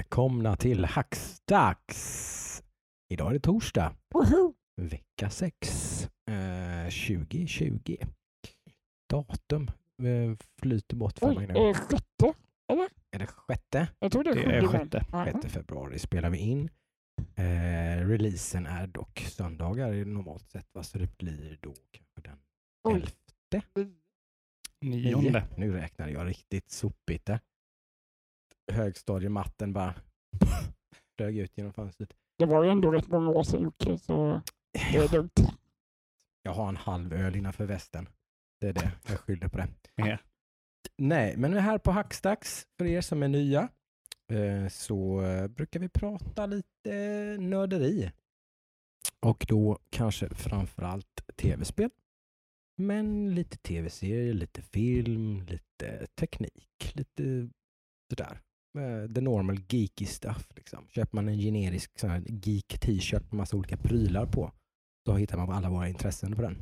välkomna till Hackstacks. Idag är det torsdag. Vecka 6. 2020. Datum flyter bort för mig nu. Sjätte, eller? Är det sjätte? Jag tror det är sjätte. 6 februari spelar vi in. Releasen är dock söndagar normalt sett. Vad så det blir då kanske den 11. 9. Nu räknar jag riktigt sopigt där. Högstadiematten bara flög ut genom fönstret. Det var ju ändå rätt många år sedan, Jocke, så det är dumt. Jag har en halv öl innanför västen. Det är det. Jag skyller på det. Ja. Nej, men här på Hackstacks, för er som är nya, så brukar vi prata lite nörderi. Och då kanske framförallt tv-spel. Men lite tv-serier, lite film, lite teknik, lite sådär. The normal geeky stuff. Liksom. Köper man en generisk sån här geek t-shirt med massa olika prylar på, då hittar man alla våra intressen på den.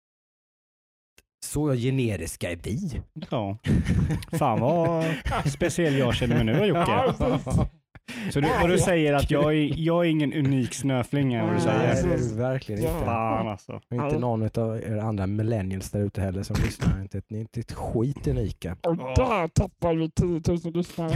Så generiska är vi. Ja. Fan vad speciell jag känner mig nu, Jocke. Så du säger att jag är ingen unik snöfling, vad du säger. Nej, det är verkligen inte. Fan alltså. Och inte någon av er andra millennials där ute heller som lyssnar. Ni är inte ett skit unika. Och där tappar vi 10 000 lyssnare.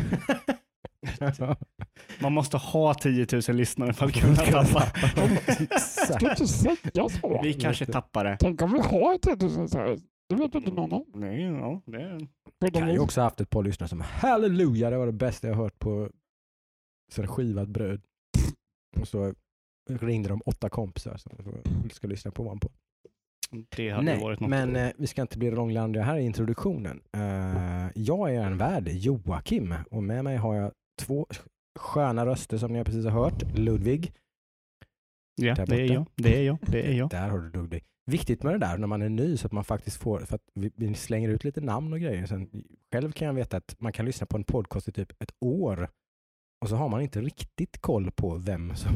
Man måste ha 10 000 lyssnare för att kunna tappa. Ska inte säga så? Vi kanske tappar det. Tänk om vi har 10 000 så här. Det vet inte någon om. Nej, ja, det är... Jag har ju också haft ett par lyssnare som halleluja, det var det bästa jag hört på sådär skivat bröd. Och så ringde de 8 kompisar som ska lyssna på vad på. Det hade varit något. Men vi ska inte bli långrandiga här i introduktionen. Jag är en värd, Joakim, och med mig har jag 2 sköna röster som ni precis har hört. Ludvig. Ja, det är jag. Där har du Ludvig. Viktigt med det där när man är ny så att man faktiskt får, för att vi slänger ut lite namn och grejer. Sen, själv kan jag veta att man kan lyssna på en podcast i typ ett år och så har man inte riktigt koll på vem som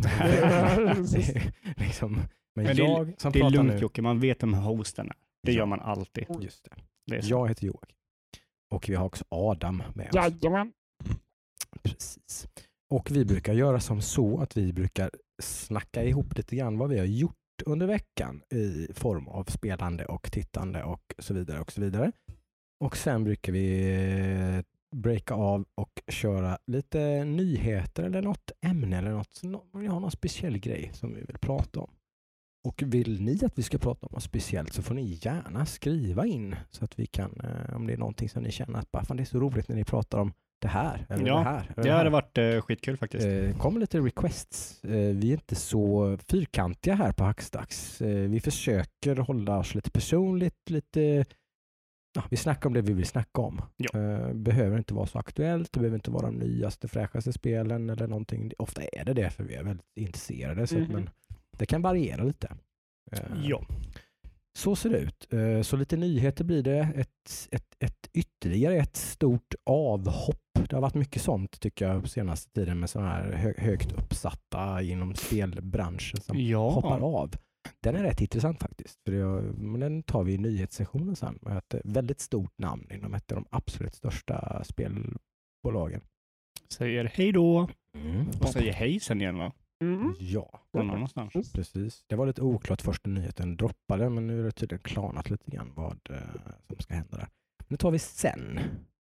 är liksom. Men jag som det är pratar lugnt, nu, Jocke, man vet vem hosten är. Det gör man alltid. Just det. Jag heter Joakim. Och vi har också Adam med oss. Jajamän. Precis. Och vi brukar göra som så att vi brukar snacka ihop lite grann vad vi har gjort under veckan i form av spelande och tittande och så vidare och så vidare. Och sen brukar vi breaka av och köra lite nyheter eller något ämne eller något. Vi har någon speciell grej som vi vill prata om. Och vill ni att vi ska prata om något speciellt så får ni gärna skriva in så att vi kan, om det är någonting som ni känner att bara, fan, det är så roligt när ni pratar om det här. Eller ja, det här. Det hade varit skitkul faktiskt. Kommer lite requests. Vi är inte så fyrkantiga här på Hackstacks. Vi försöker hålla oss lite personligt, lite... Ja, vi snackar om det vi vill snacka om. Ja. Behöver inte vara så aktuellt. Det behöver inte vara de nyaste, fräschaste spelen eller någonting. Ofta är det för vi är väldigt intresserade. Så att, men det kan variera lite. Ja. Så ser det ut. Så lite nyheter blir det. Ytterligare ett stort avhopp. Det har varit mycket sånt tycker jag på senaste tiden med sådana här högt uppsatta inom spelbranschen som hoppar av. Den är rätt intressant faktiskt. För den tar vi i nyhetssessionen sen. Med ett väldigt stort namn inom ett av de absolut största spelbolagen. Säger hej då. Och säger hej sen igen, va? Ja. Någonstans. Precis. Det var lite oklart först när nyheten droppade, men nu är det tydligen klarnat lite grann vad som ska hända där. Nu tar vi sen.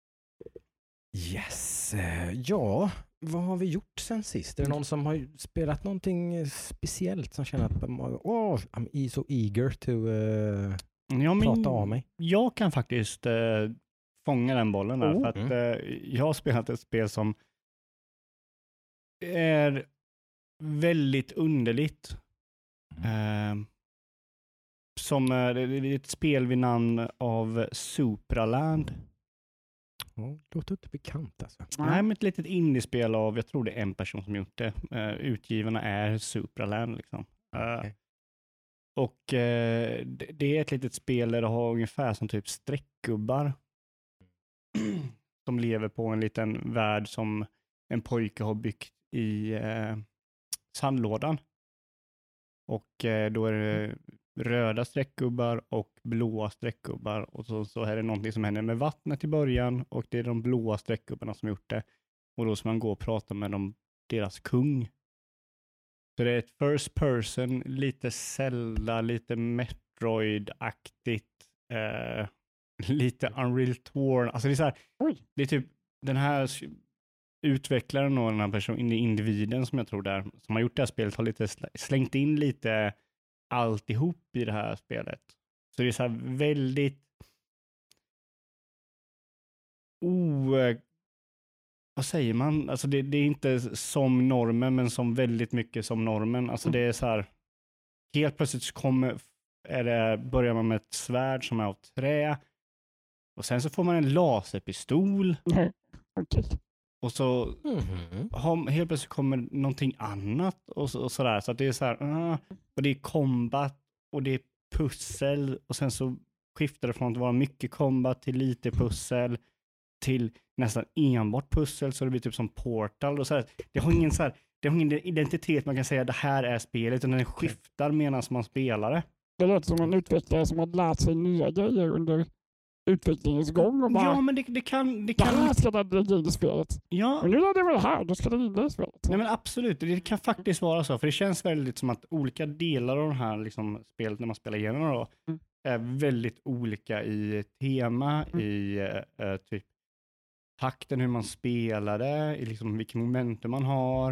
Yes. Ja, vad har vi gjort sen sist? Är det någon som har spelat någonting speciellt som känner att I'm so eager to prata av mig? Jag kan faktiskt fånga den bollen där. För att jag har spelat ett spel som är väldigt underligt. Som det är ett spel vid namn av Supraland. Det låter inte bekant alltså. Nej, men ett litet indiespel av, jag tror det är en person som gjort det. Utgivarna är Supraland liksom. Okay. Och det är ett litet spel där det har ungefär som typ streckgubbar. Som lever på en liten värld som en pojke har byggt i sandlådan. Och då är det röda streckgubbar och blåa streckgubbar. Och så är det någonting som händer med vattnet i början och det är de blåa streckgubbarna som gjort det. Och då ska man gå och prata med deras kung. Så det är ett first person, lite Zelda, lite Metroid-aktigt, lite Unreal Tour. Alltså det är så här, det är typ den här utvecklaren och den här personen, individen som jag tror där, som har gjort det här spelet, har lite slängt in lite alltihop i det här spelet. Så det är så här väldigt vad säger man? Alltså det är inte som normen, men som väldigt mycket som normen. Alltså det är så här, helt plötsligt så börjar man med ett svärd som är av trä. Och sen så får man en laserpistol. Okay. Och så helt plötsligt kommer någonting annat och sådär. Så att det är så här, och det är combat och det är pussel. Och sen så skiftar det från att vara mycket combat till lite pussel till nästan enbart pussel, så det blir typ som Portal och så här. Det har ingen identitet man kan säga det här är spelet, utan den skiftar medan man spelar det. Det låter som en utvecklare som har lärt sig nya grejer under utvecklingens gång och bara, ja, men det kan det här ska det bli i spelet. Ja. Och nu är det väl här, då ska det in i spelet. Nej, men absolut, det kan faktiskt vara så, för det känns väldigt som att olika delar av det här liksom, spelet när man spelar igenom då, är väldigt olika i tema, i typ takten, hur man spelar det, i liksom vilken momentum man har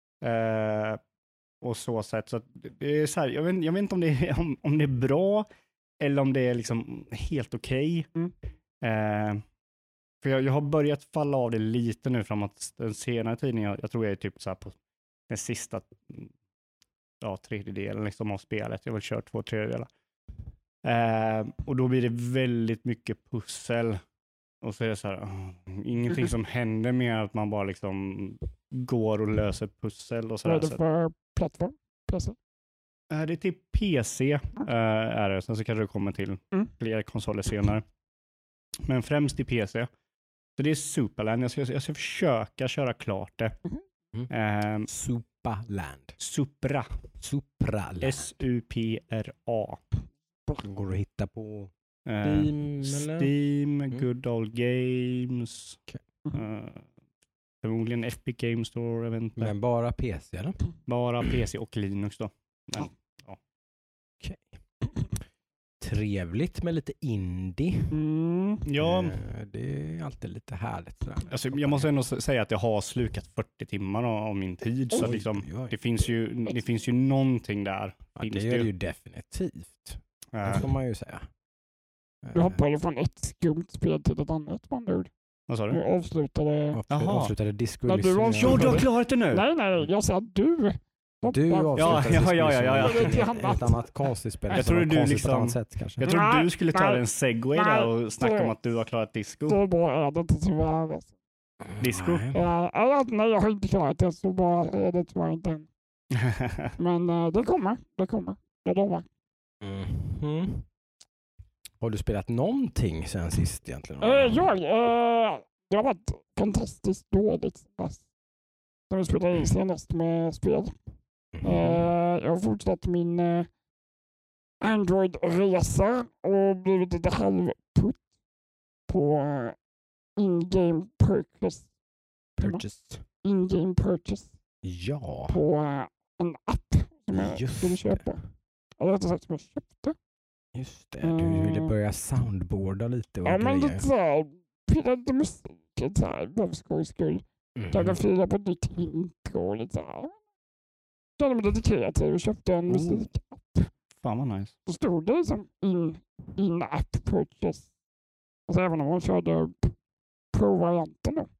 och så sätt. Så att det är så här, jag vet inte om det är bra eller om det är liksom helt okej. För jag har börjat falla av det lite nu framåt den senare tiden. Jag tror jag är typ så här på den sista tredjedelen liksom av spelet. Jag har väl kört 2/3. Och då blir det väldigt mycket pussel. Och så är det så här, ingenting som händer med att man bara liksom går och löser pussel och så där. Vad är det för plattform? PC? Det är till PC är det. Sen så kanske det kommer till fler konsoler senare. Men främst i PC. Så det är Superland. Jag ska försöka köra klart det. Supraland. Supraland. S-U-P-R-A. Går att hitta på Steam, Good Old Games. Förmodligen Epic Games Store, jag vet inte. Men bara PC eller? Bara PC och Linux då. Men, ja. Okej. Trevligt med lite indie. Ja. Det är alltid lite härligt. Alltså, jag måste ändå säga att jag har slukat 40 timmar av min tid. Så liksom, det finns ju någonting där. Ja, det är ju definitivt. Det får man ju säga. Du hoppade från ett skumt spel till ett annat, man ord. Vad sa du? Du avslutade Disco Ja, Elysium. Jo, du har klarat det nu! Nej, jag sa att du avslutade Ja. Ett annat konstigt spel. Jag trodde du liksom, på annat sätt, kanske. Jag trodde du skulle ta en segway där och snacka om att du har klarat Disco. Så bra är det inte tyvärr. Disco? Nej, jag har inte klarat det. Så bra är det tyvärr inte än. Men det kommer. Jag lovar. Har du spelat någonting sen sist egentligen? Det har varit fantastiskt dåligt. När vi spelade in senast med spel. Jag har fortsatt min Android-resa och blivit lite halvputt på in-game purchase. In-game purchase. Ja. På en app som jag skulle köpa. Eller rättare sagt som jag köpte. Just det, du ville börja soundboarda lite och ja, grejer. men lite såhär, pirrade musiken såhär, bara för skojs skull. Jag kan fira på ett nytt intro och lite såhär. Kände mig lite kreativ och köpte en musikapp. Fan vad nice. Då stod det liksom in-app purchase. Alltså även om man körde pro-varianten då.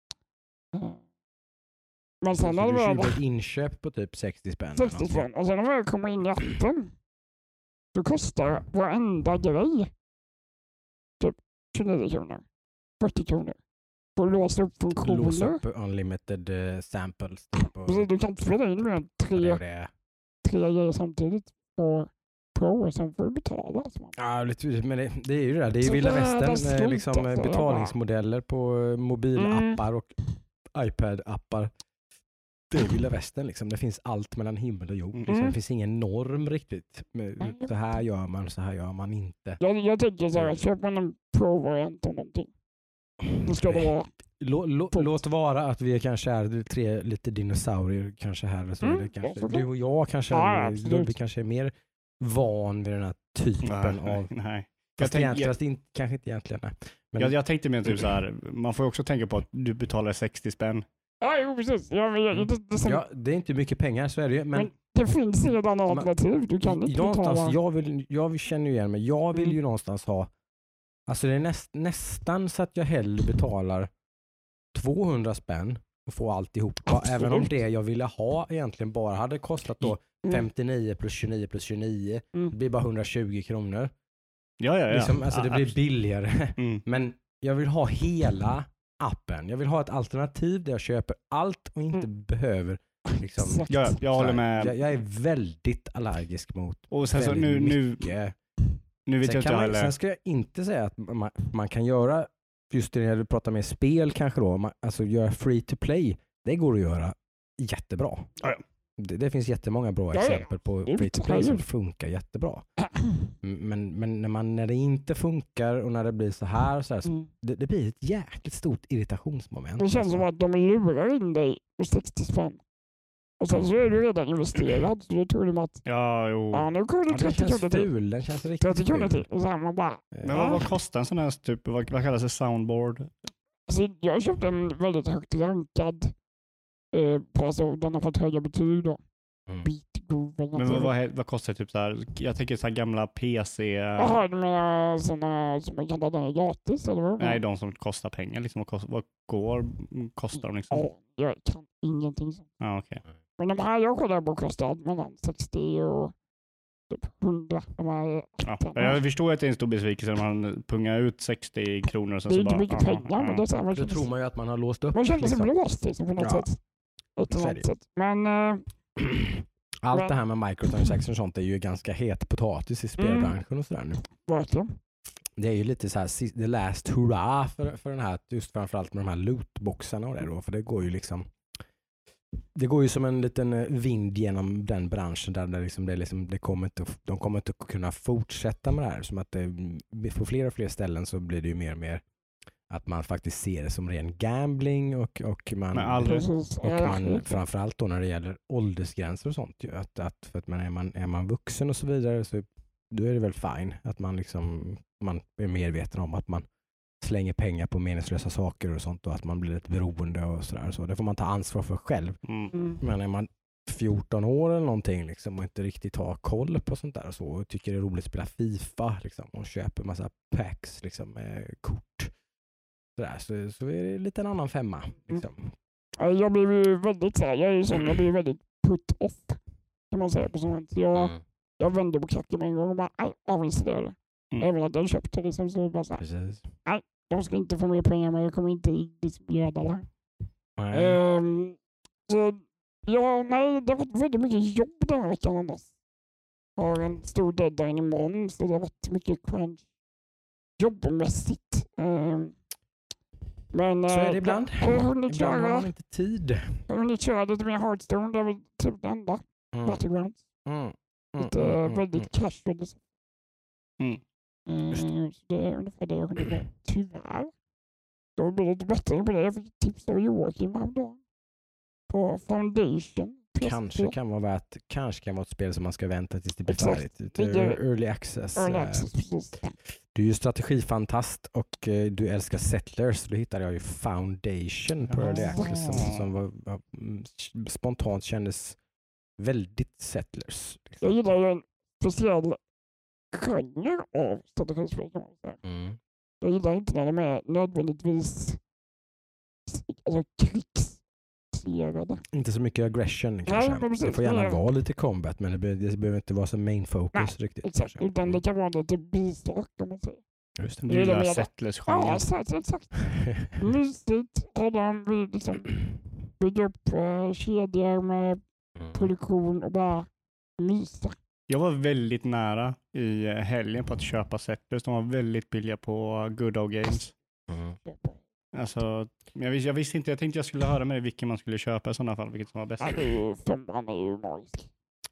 Men sen så du köpte ett inköp på typ 60 spänn? 60 spänn. Och sen när jag kommer in i appen då kostar varenda grej typ 29 kronor. 40 kronor. För att låsa upp funktioner. Låsa upp unlimited samples. Typ, och du kan inte spela in mer än tre grejer samtidigt på Pro och sen får du betala. Ja, men det är ju det där. Det är ju vilda västern. Liksom betalningsmodeller på mobilappar och iPad-appar. Det är vilda västern liksom. Det finns allt mellan himmel och jord. Liksom. Det finns ingen norm riktigt. Så här gör man, så här gör man inte. Jag tycker så här, köper man en Pro-variant av någonting Nu ska det vara... Låt vara att vi kanske är 3 lite dinosaurier kanske här. Så det kanske, du och jag kanske, vi kanske är mer van vid den här typen av... Nej. Kanske inte egentligen. Nej. Men, Jag tänkte mer typ så här, man får ju också tänka på att du betalar 60 spänn. Ja, jo, precis. det är inte mycket pengar, så är det ju. Men det finns redan alternativ. Du kan inte någonstans, jag känner ju igen mig. Jag vill ju någonstans ha... Alltså det är nästan så att jag hellre betalar 200 spänn och får alltihop. Även om det jag ville ha egentligen bara hade kostat då 59 plus 29 plus 29. Det blir bara 120 kronor. Ja. Liksom, alltså det blir billigare. Men jag vill ha hela appen. Jag vill ha ett alternativ där jag köper allt och inte behöver liksom... Jag håller med. Jag är väldigt allergisk mot och sen så nu vet sen ska jag inte säga att man kan göra, just det när du pratar med spel kanske då, alltså göra free to play, det går att göra jättebra. Ja. Det finns jättemånga bra exempel på free to play som funkar jättebra. Men när det inte funkar och när det blir så här så det blir ett jäkligt stort irritationsmoment. Det känns som att de lurar in dig på 60 spänn. Och sen så är du redan investerad. Så då tror de att nu kommer det 30 kronor till. Den känns riktigt 30 kronor till. Och så här man bara... Men vad kostar en sån här typ, vad kallas det, soundboard? Alltså, jag köpte en väldigt högt rankad den har fått höga betyg då. Men vad kostar det typ så här? Jag tänker så här gamla PC... Jaha, du menar sådana som man kan ladda gratis eller vad? Nej, de som kostar pengar liksom. Vad kostar de liksom? Jag kan ingenting sånt. Okej. Men de här jag kollar på kostar mellan 60 och typ 100. Jag förstår att det är en stor besvikelse när man pungar ut 60 kronor och sen det är så inte mycket pengar. Men det då tror man ju att man har låst upp. Man känner sig blåst liksom, på något sätt. Men... Allt det här med microtransactions och sånt är ju ganska het potatis i spelbranschen och sådär nu. Verkligen. Det är ju lite så här the last hurra för den här, just framförallt med de här lootboxarna och det då, för det går ju liksom som en liten vind genom den branschen där de kommer inte att kunna fortsätta med det här, som att på fler och fler ställen så blir det ju mer och mer att man faktiskt ser det som ren gambling och man framförallt då när det gäller åldersgränser och sånt, att för att är man vuxen och så vidare, så då är det väl fine att man är medveten om att man slänger pengar på meningslösa saker och sånt, och att man blir ett beroende och sådär, så det får man ta ansvar för själv. Men är man 14 år eller någonting liksom, och inte riktigt har koll på sånt där och tycker det är roligt att spela FIFA liksom, och köper massa packs liksom, med kort så är det lite en annan femma liksom. Jag blir ju väldigt jag blir väldigt put off, kan man säga på sånt. Jag vänder på klacken en gång och bara avinstallerar. Även att jag köpte det liksom, så bara så här. Nej, de ska inte få mer pengar, men jag kommer inte liksom göra det. Det har varit väldigt mycket jobb den här veckan annars. Jag har en stor deadline imorgon, så det har varit mycket crunch jobbmässigt. Men så är det ibland. Jag har hunnit ibland har man inte tid. Jag har hunnit köra lite mer Hearthstone, det är väl typ det enda. Battlegrounds. Lite väldigt casual. Så det är ungefär det jag hunnit med. Tyvärr. Då blir det lite bättre på det. Jag fick tips av Joakim häromdagen. På Foundation. Kanske kan vara ett spel som man ska vänta tills det blir färdigt. Early access. Precis. Du är ju strategifantast och du älskar Settlers. Då hittade jag ju Foundation på Early access som var spontant kändes väldigt Settlers. Jag gillar ju en speciell genre av strategispel. Jag gillar inte när de är nödvändigtvis krigsbaserade. Inte så mycket aggression kanske. Det får gärna vara lite combat, men det behöver inte vara som main focus riktigt. Exakt, utan det kan vara lite bisak om man säger. Just det. Du gillar Settlers-genren. Ja, exakt. Mysigt. Vi liksom bygger upp kedjor med produktion och bara mysa. Jag var väldigt nära i helgen på att köpa Settlers. De var väldigt billiga på Good Old Games. Alltså, jag visste inte. Jag tänkte jag skulle höra med dig vilken man skulle köpa i sådana fall. Vilket som var bäst. Femman är ju magisk.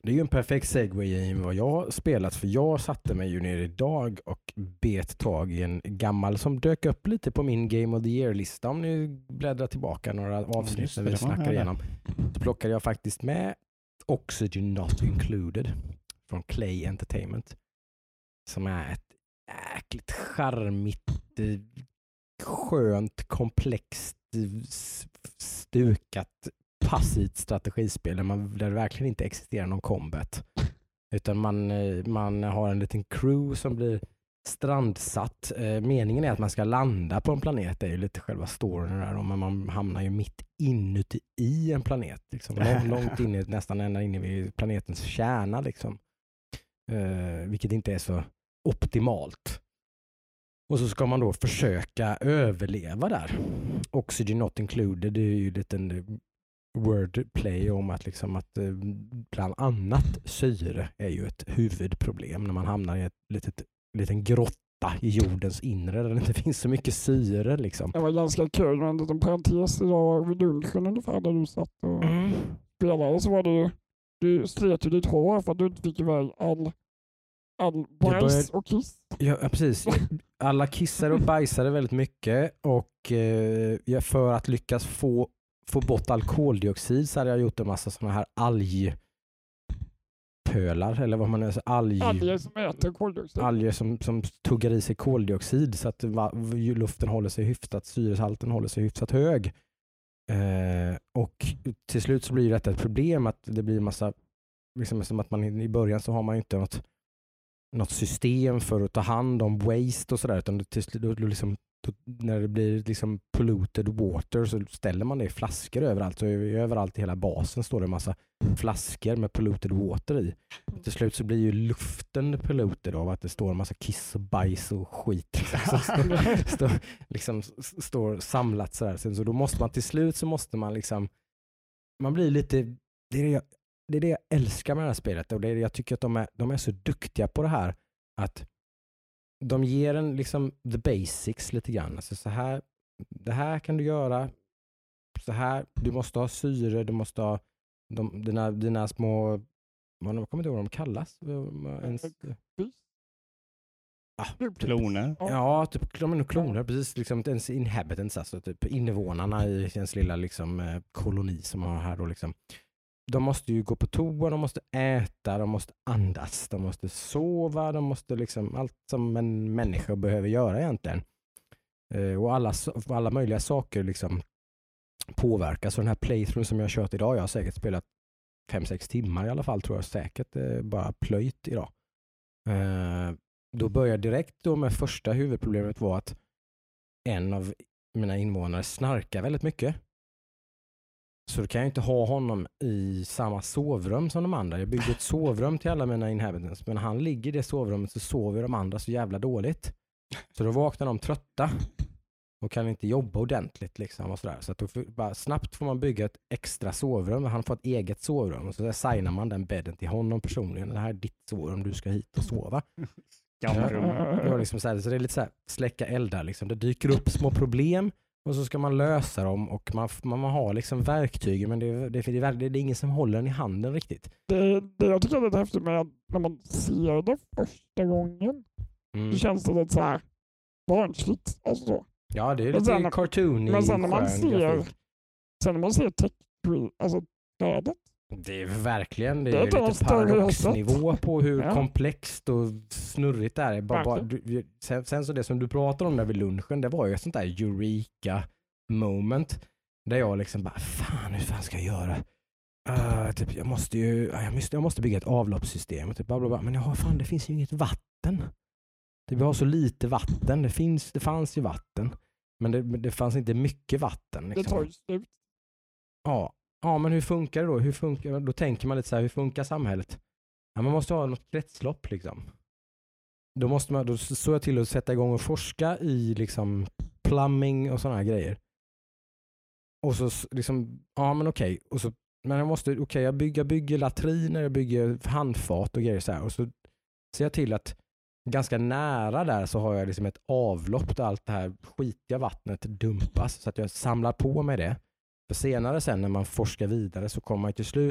Det är ju en perfekt segway i vad jag har spelat, för jag satte mig ju ner idag och bet tag i en gammal som dök upp lite på min Game of the Year-lista. Om ni bläddrar tillbaka några avsnitt när vi snackar igenom, så plockade jag faktiskt med Oxygen Not Included från Clay Entertainment, som är ett jäkligt charmigt, skönt, komplext, stukat, passivt strategispel där det verkligen inte existerar någon combat. Utan man har en liten crew som blir strandsatt. Meningen är att man ska landa på en planet. Det är ju lite själva storyn där. Men man hamnar ju mitt inuti i en planet. Liksom. Långt inne, nästan ända inne vid planetens kärna. Liksom. Vilket inte är så optimalt. Och så ska man då försöka överleva där. Oxygen Not Included, det är ju lite wordplay om att, liksom att bland annat syre är ju ett huvudproblem när man hamnar i ett liten grotta i jordens inre där det inte finns så mycket syre. Liksom. Det var ganska kul, men en parentes idag vid lunchen ungefär där du satt och spelade, så var det ju, du slet ju ditt hår för att du inte fick iväg all bajs och kiss. Ja, precis. Alla kissade och bajsade väldigt mycket, och för att lyckas få bort all koldioxid så hade jag gjort en massa sådana här algpölar, eller vad man är, alger som äter koldioxid. Alger som tuggar i sig koldioxid så att luften håller sig hyfsat, syreshalten håller sig hyfsat hög. Och till slut så blir detta ett problem, att det blir en massa, liksom som att man i början så har man ju inte något system för att ta hand om waste och sådär, utan till slut liksom, när det blir liksom polluted water så ställer man det i flaskor överallt. Så överallt i hela basen står det en massa flaskor med polluted water i. Till slut så blir ju luften polluted av att det står en massa kiss och bajs och skit står samlat sådär. Så då måste man till slut så måste man liksom, man blir lite, det är det jag älskar med det här spelet, och det är det jag tycker att de är så duktiga på det här, att de ger en liksom the basics lite grann. Alltså så här, det här kan du göra. Så här, du måste ha syre, du måste ha dina små, vad kommer inte ihåg vad de kallas? Kloner. Ja, typ kloner, precis, liksom ens inhabitants, alltså typ invånarna i ens lilla liksom koloni som man har här då liksom. De måste ju gå på toa, de måste äta, de måste andas, de måste sova, de måste liksom allt som en människa behöver göra egentligen. Och alla möjliga saker liksom påverkas. Så den här playthrough som jag har kört idag, jag har säkert spelat 5-6 timmar i alla fall, tror jag säkert, bara plöjt idag. Då börjar direkt då med första huvudproblemet var att en av mina invånare snarkar väldigt mycket. Så då kan jag inte ha honom i samma sovrum som de andra. Jag byggde ett sovrum till alla mina inhabitants, men han ligger i det sovrummet så sover de andra så jävla dåligt. Så då vaknar de trötta och kan inte jobba ordentligt liksom och sådär. Så att då bara snabbt får man bygga ett extra sovrum. Han får ett eget sovrum och så signar man den bädden till honom personligen. Det här är ditt sovrum, du ska hit och sova. Det liksom så det är lite så här, släcka eldar liksom. Det dyker upp små problem och så ska man lösa dem, och man har liksom verktyg, men det är ingen som håller den i handen riktigt. Det jag tycker är lite häftigt med när man ser det första gången, så känns det lite så här barnsligt. Alltså. Ja, det är lite cartoony. Men sen när man ser alltså trädet. Det är verkligen, det är lite paradoxnivå på hur komplext och snurrigt det är. Sen så det som du pratar om där vid lunchen, det var ju ett sånt där eureka moment där jag liksom bara, hur fan ska jag göra? Typ, jag måste bygga ett avloppssystem. Typ, men det finns ju inget vatten. Typ, vi har så lite vatten. Det fanns ju vatten. Men det fanns inte mycket vatten. Liksom. Det tar ju slut. Ja, men hur funkar det då? Då tänker man lite så här, hur funkar samhället? Ja, man måste ha något kretslopp liksom. Då såg jag till att sätta igång och forska i liksom plumbing och sådana här grejer. Och så liksom, okej. Och så, men jag bygger latriner, jag bygger handfat och grejer så här. Och så ser jag till att ganska nära där så har jag liksom ett avlopp där allt det här skitiga vattnet dumpas, så att jag samlar på mig det. För senare sen när man forskar vidare så kommer man till slut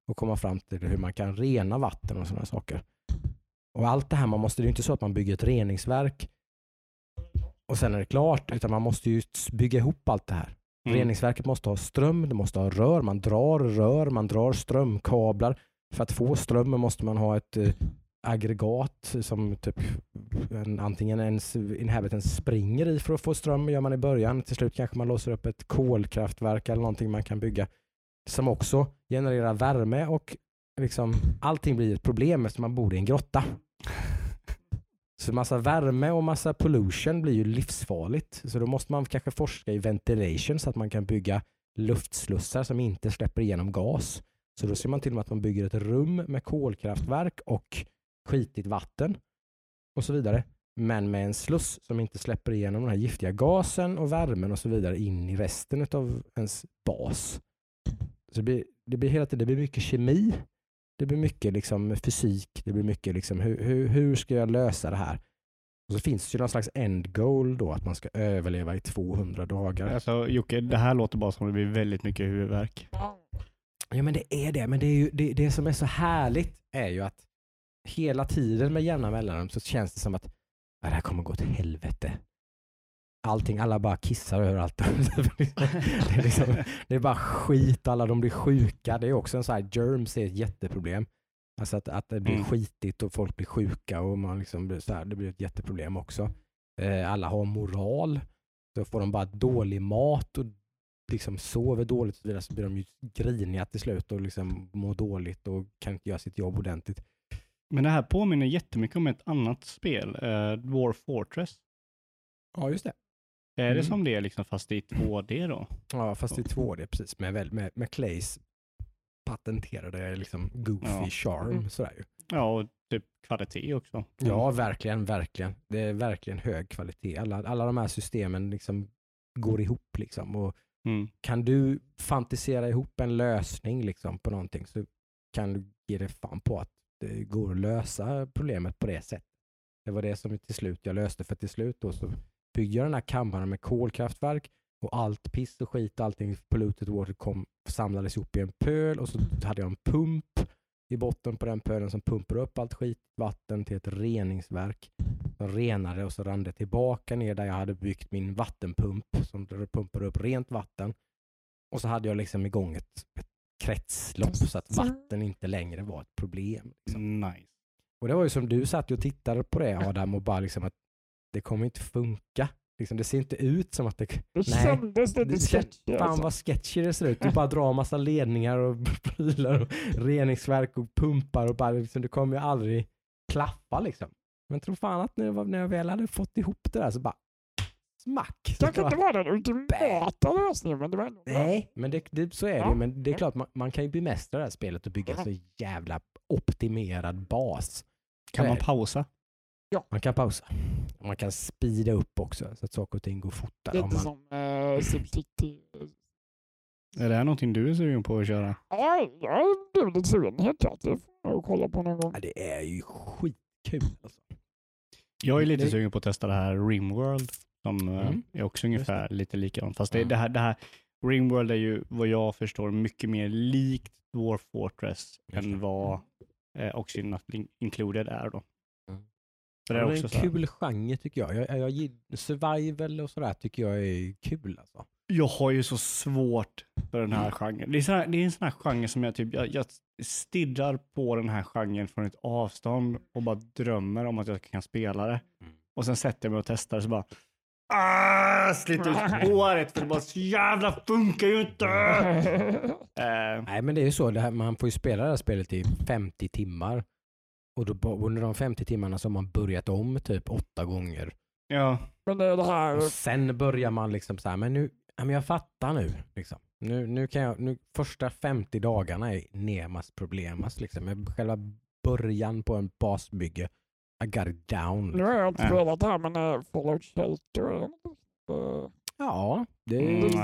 och komma fram till hur man kan rena vatten och sådana saker. Och allt det här, det är ju inte så att man bygger ett reningsverk och sen är det klart, utan man måste ju bygga ihop allt det här. Reningsverket måste ha ström, det måste ha rör, man drar strömkablar. För att få ström måste man ha ett aggregat som typ antingen ens inhabitants springer i för att få ström, gör man i början. Till slut kanske man låser upp ett kolkraftverk eller någonting man kan bygga som också genererar värme, och liksom allting blir ett problem eftersom man bor i en grotta. Så massa värme och massa pollution blir ju livsfarligt. Så då måste man kanske forska i ventilation så att man kan bygga luftslussar som inte släpper igenom gas. Så då ser man till och med att man bygger ett rum med kolkraftverk och skitigt vatten och så vidare. Men med en sluss som inte släpper igenom den här giftiga gasen och värmen och så vidare in i resten av ens bas. Så det blir mycket kemi. Det blir mycket liksom fysik. Det blir mycket liksom hur ska jag lösa det här? Och så finns det ju någon slags end goal då, att man ska överleva i 200 dagar. Alltså Jocke, det här låter bara som det blir väldigt mycket huvudvärk. Ja, men det är det. Men det är ju det som är så härligt är ju att hela tiden med jämna mellanrum så känns det som att det här kommer gå till helvete. Alla bara kissar överallt. Det är bara skit, alla de blir sjuka. Det är också en sån här germs är ett jätteproblem. Alltså att det blir skitigt och folk blir sjuka och man liksom så här, det blir ett jätteproblem också. Alla har moral. Så får de bara dålig mat och liksom sover dåligt och så vidare, så blir de ju griniga till slut och liksom mår dåligt och kan inte göra sitt jobb ordentligt. Men det här påminner jättemycket om ett annat spel, Dwarf Fortress. Ja, just det. Är det som det liksom, fast i 2D då? Ja, fast i 2D, precis. Med Clays patenterade liksom goofy charm. Sådär ju. Ja, och typ kvalitet också. Ja, verkligen. Det är verkligen hög kvalitet. Alla de här systemen liksom går ihop liksom. Och kan du fantisera ihop en lösning liksom på någonting, så kan du ge dig fan på att det går att lösa problemet på det sättet. Det var det som till slut jag löste, för till slut då så byggde jag den här kammaren med kolkraftverk och allt piss och skit, allting polluted water samlades ihop i en pöl, och så hade jag en pump i botten på den pölen som pumpar upp allt skitvatten till ett reningsverk. Så renade och så rann det tillbaka ner där jag hade byggt min vattenpump som pumpar upp rent vatten. Och så hade jag liksom igång ett kretslopp så att vatten inte längre var ett problem. Liksom. Nice. Och det var ju som du satt och tittade på det, Adam, och bara liksom att det kommer inte funka. Liksom, det ser inte ut som att det... kändes lite sketchy. Fan vad sketchy det ser ut. Du bara drar massa ledningar och prylar och reningsverk och pumpar och bara liksom, det kommer ju aldrig klaffa liksom. Men tro fan att när jag väl hade fått ihop det där så bara smack. Det kan inte vara den ultimata lösningen, men det var ändå bra. Nej, men så är det. Men det är klart, man kan ju bemästra det här spelet och bygga så jävla optimerad bas. Kan man pausa? Ja. Man kan pausa. Man kan speeda upp också så att saker och ting går fortare. Lite som SimCity. Är det här någonting du är sugen på att köra? Ja, jag blev lite sugen, helt klart. Det får jag kolla på någon gång. Ja, det är ju skitkul alltså. Jag är lite sugen på att testa det här Rimworld som är också ungefär lite likadant. Fast det här Rimworld är ju vad jag förstår mycket mer likt Dwarf Fortress än vad Oxygen Not Included är då. Så det är också en kul genre tycker jag. Survival och sådär tycker jag är kul alltså. Jag har ju så svårt för den här genren. Det är en sån här genre som jag stirrar på den här genren från ett avstånd och bara drömmer om att jag kan spela det. Och sen sätter jag mig och testar så bara sliter ut håret för det bara så jävla funkar ju inte. Nej, men det är ju så. Man får ju spela det här spelet i 50 timmar. Och då, under de 50 timmarna så har man börjat om typ 8 gånger. Ja. Men det är det här... Och sen börjar man liksom så här, men jag fattar nu. Liksom. Nu första 50 dagarna är nemas problemas. Liksom. Med själva början på en basbygge. I got it down. Nu har jag inte spelat det här, men Fallout Shelter. Ja, det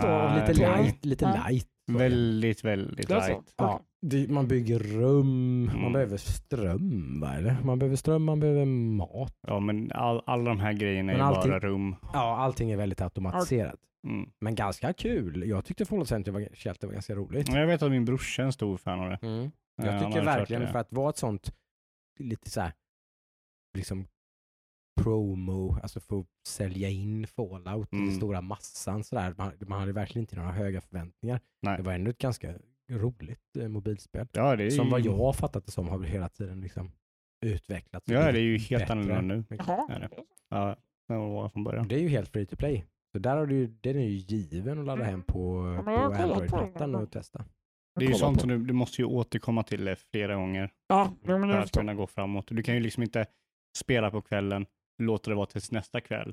är lite light. Väldigt, väldigt light. Ja, man bygger rum, man behöver ström, vad är det? Man behöver ström, man behöver mat. Ja, men alla de här grejerna är bara rum. Ja, allting är väldigt automatiserat. Men ganska kul. Jag tyckte Fallout Shelter var ganska roligt. Jag vet att min brorsa är en stor fan av det. Jag tycker verkligen för att vara ett sånt lite så här liksom promo, alltså för att sälja in Fallout i stora massan sådär. Man hade verkligen inte några höga förväntningar. Nej. Det var ändå ett ganska roligt mobilspel. Ja, det är som vad jag har fattat det som har hela tiden liksom utvecklats. Ja, det är ju helt annorlunda nu. Jaha. Ja, det var från början. Det är ju helt free to play. Så där har den är ju given att ladda hem på Android-plattan och testa. Det är ju sånt som du måste ju återkomma till flera gånger för att kunna gå framåt. Du kan ju liksom inte spela på kvällen, låta det vara tills nästa kväll.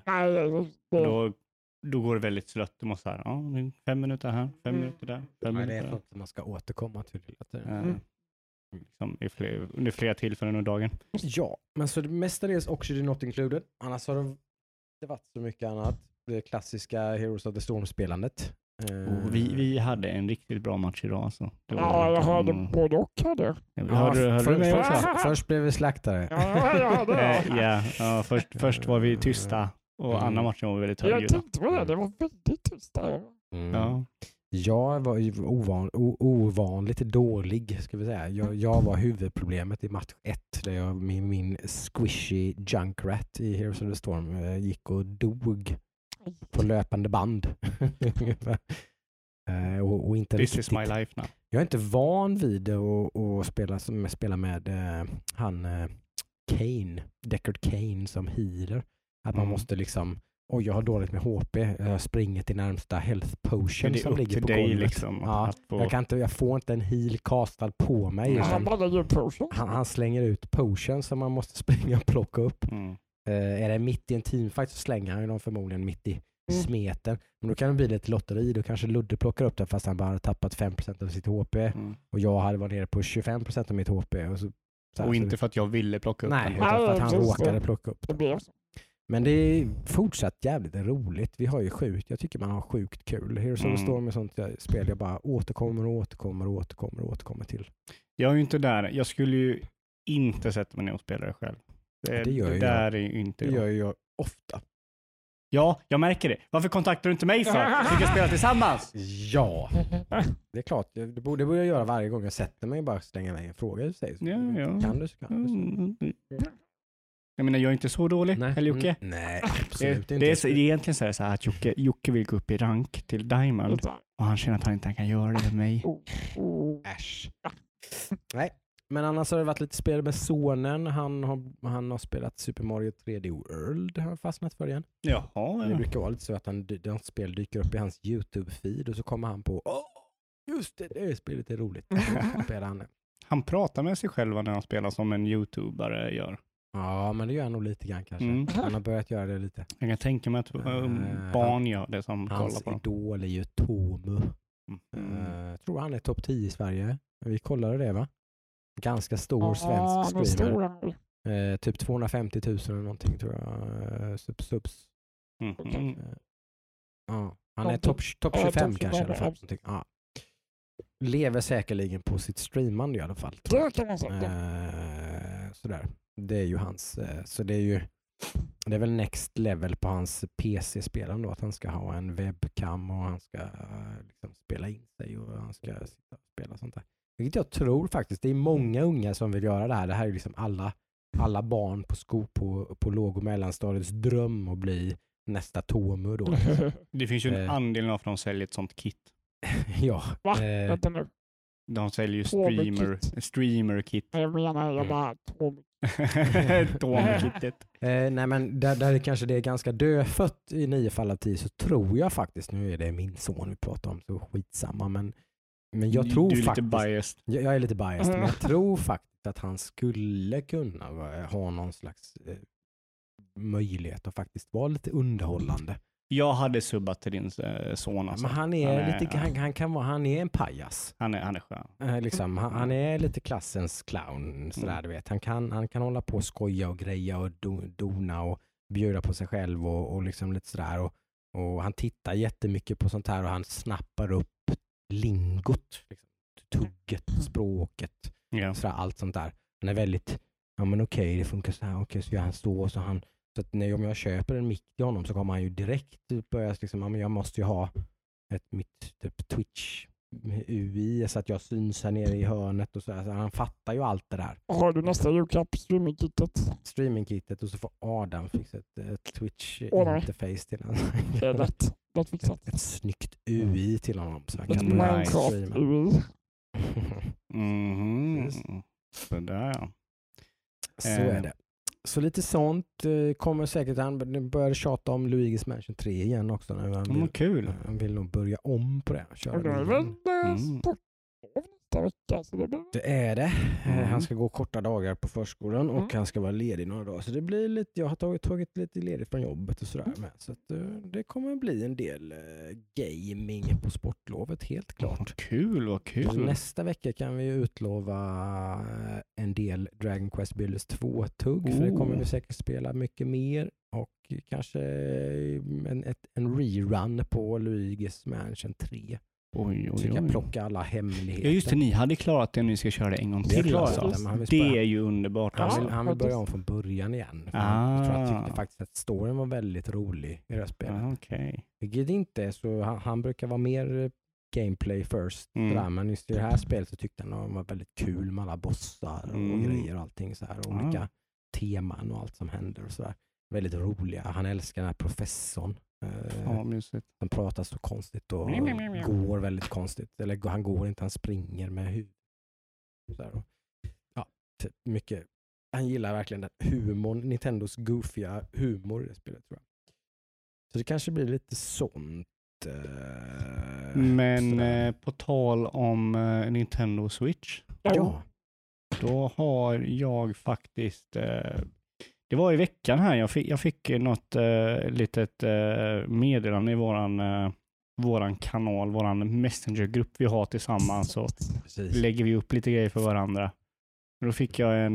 Då går det väldigt slött. Du måste säga, 5 minuter här, 5 minuter där, 5 minuter det är där. sånt som man ska återkomma till. Liksom under flera tillfällen under dagen. Ja, men så det mestadels Oxygen Not Included. Annars har det inte varit så mycket annat. Det klassiska Heroes of the Storm-spelandet. Vi hade en riktigt bra match idag. Alltså. Jag hörde både och. Hörde du mig också? Först blev vi slaktare. Först var vi tysta och andra matchen var vi väldigt högljudda. Jag tänkte på det var väldigt tysta. Jag var ju ovanligt dålig, ska vi säga. Jag var huvudproblemet i match 1 där jag med min squishy Junkrat i Heroes of the Storm gick och dog på löpande band. och inte This is my life now. Jag är inte van vid att spela med Kane, Deckard Kane som healer. Att man måste liksom, jag har dåligt med HP, jag springer till närmsta health potion som ligger på golvet. Liksom, jag får inte en heal castad på mig. Han slänger ut potion som man måste springa och plocka upp. Är det mitt i en teamfight så slänger han ju dem förmodligen mitt i smeten. Men då kan det bli lite lotteri. Då kanske Ludde plockar upp den fast han bara hade tappat 5% av sitt HP. Och jag hade varit nere på 25% av mitt HP. Och inte för att jag ville plocka upp den. Nej, utan för att han råkade plocka upp den. Men det är fortsatt jävligt roligt. Vi har ju jag tycker man har sjukt kul. Heroes of the Storm är sånt spel jag bara återkommer till. Jag är ju inte där. Jag skulle ju inte sätta mig ner och spela det själv. Det gör jag ofta. Ja, jag märker det. Varför kontaktar du inte mig för? Vi kan spela tillsammans. Ja, det är klart. Det borde jag göra varje gång jag sätter mig och bara slänga mig en fråga. Kan du så kan du. Jag menar, jag är inte så dålig. Eller Jocke? Nej, absolut inte. Det är egentligen så här att Jocke vill gå upp i rank till Diamond. Och han känner att han inte kan göra det med mig. Äsch. Nej. Men annars har det varit lite spel med sonen. Han har spelat Super Mario 3D World. Har fastnat för igen. Jaha. Det brukar vara lite så att den spel dyker upp i hans YouTube-feed och så kommer han på just det spelet är roligt. Han pratar med sig själv när han spelar som en YouTubare gör. Ja, men det gör han nog lite grann kanske. Han har börjat göra det lite. Jag kan tänka mig att barn gör det som kollar på dem. Hans idol är ju Tomu. Tror han är topp 10 i Sverige. Vi kollade det, va? Ganska stor svensk streamer. Typ 250 000 eller någonting tror jag. Subs. Han är topp 25 kanske i alla fall. Lever säkerligen på sitt streamande i alla fall. Det kan man säga. Sådär. Det är ju hans. Så det är väl next level på hans PC-spelaren då. Att han ska ha en webcam och han ska liksom spela in sig och han ska sitta och spela sånt där. Vilket jag tror faktiskt. Det är många unga som vill göra det här. Det här är liksom alla barn på låg- och mellanstadiets dröm att bli nästa Tomu då. Det finns ju en andel av de säljer ett sånt kit. Ja. Vänta nu. De säljer ju streamer-kit. Jag menar, jag bara Tomu-kittet. Nej, men där är kanske det är ganska dödfött i 9 fall av 10 så tror jag faktiskt, nu är det min son vi pratar om så skitsamma, men jag tror du är faktiskt, lite biased. Jag är lite biased, men jag tror faktiskt att han skulle kunna ha någon slags möjlighet att faktiskt vara lite underhållande. Jag hade subbat till din son. Alltså. Men han är en pajas. Han är skön. Liksom, han är lite klassens clown. Sådär, du vet. Han kan hålla på och skoja och greja och dona och bjuda på sig själv och liksom lite sådär. Och han tittar jättemycket på sånt här och han snappar upp lingot. Liksom, tugget, språket, sådär, allt sånt där. Han är väldigt, men okej, det funkar så här. Okej, så gör han så han. Så att om jag köper en mick till honom så kommer han ju direkt börja liksom, jag måste ju ha mitt typ Twitch UI så att jag syns här nere i hörnet och så här. Så han fattar ju allt det där. Har du nästa julklapp, Streamingkittet och så får Adam fixa ett Twitch-interface till honom. Det är lätt fixat. Ett snyggt UI till honom så han Ett kan börja Minecraft streama. UI. Sådär ja. Så är det. Så lite sånt kommer säkert. Han börjar tjata om Luigi's Mansion 3 igen också. När Kul. Han vill nog börja om på det. Och det är väl nästa vecka. Så det är det. Han ska gå korta dagar på förskolan och han ska vara ledig några dagar. Så det blir lite, jag har tagit lite ledigt från jobbet och sådär med. Så att, det kommer bli en del gaming på sportlovet, helt klart. Vad kul. Så nästa vecka kan vi utlova en del Dragon Quest Builders 2-tugg. För det kommer vi säkert spela mycket mer. Och kanske en rerun på Luigi's Mansion 3. Så jag plocka alla hemligheter. Ja just det, ni hade klarat det, ni ska köra det en gång till. Alltså. Det är ju underbart. Han vill börja om från början igen. Jag tror jag tyckte faktiskt att storyn var väldigt rolig i det här spelet. Vilket inte så han brukar vara mer gameplay first. Men just i det här spelet så tyckte han att det var väldigt kul med alla bossar och grejer och allting så här. Olika teman och allt som händer och så där. Väldigt roliga. Han älskar den här professorn. Han pratar så konstigt och går väldigt konstigt. Eller han går inte, han springer med huvudet. Ja, typ mycket. Han gillar verkligen den humorn, Nintendos goofiga humor i det spelet, tror jag. Så det kanske blir lite sånt. Men på tal om Nintendo Switch. Ja. Då har jag faktiskt... Det var i veckan här, jag fick något litet meddelande i våran kanal, våran messengergrupp vi har tillsammans, och lägger vi upp lite grejer för varandra. Då fick jag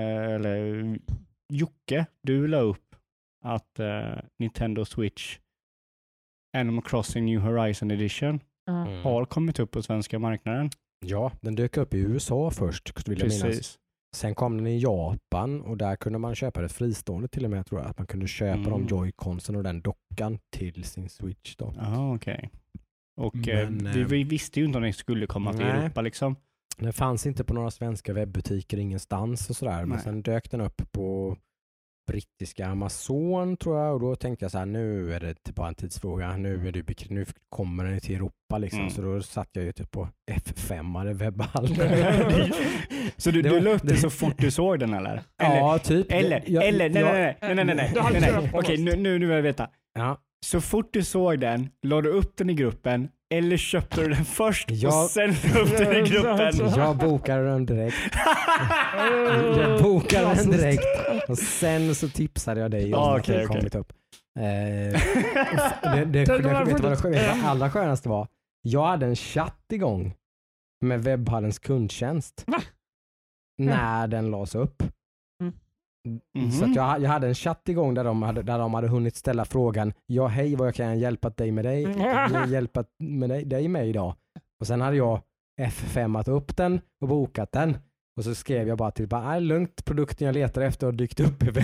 Jocke, du la upp att Nintendo Switch Animal Crossing New Horizon Edition har kommit upp på svenska marknaden. Ja, den dök upp i USA först, vill jag minnas. Sen kom den i Japan och där kunde man köpa det fristående till och med, tror jag. Att man kunde köpa de Joy-Consen och den dockan till sin Switch då. Okej. Och vi visste ju inte om den skulle komma till Europa liksom. Den fanns inte på några svenska webbutiker ingenstans och sådär. Men sen dök den upp på brittiska Amazon, tror jag. Och då tänkte jag så här, nu är det bara en tidsfråga. Nu kommer den till Europa liksom. Så då satt jag ju typ på F5-are webbhallen. Så du la upp det så fort du såg den eller? Ja, typ. Nej. Okej, nu vill jag veta. Ja. Så fort du såg den, la du upp den i gruppen eller köpte du den först och sen upp den i gruppen? Jag bokade den direkt. Och sen så tipsade jag dig om att det kommit upp. Vet du vad det allra skönaste var? Jag hade en chatt igång med webbhallens kundtjänst när den lades upp. Så att jag hade en chatt igång där de hade hunnit ställa frågan: ja, hej, vad kan jag hjälpa dig med dig med idag? Och sen hade jag F5-at upp den och bokat den. Och så skrev jag bara till lugnt, produkten jag letar efter har dykt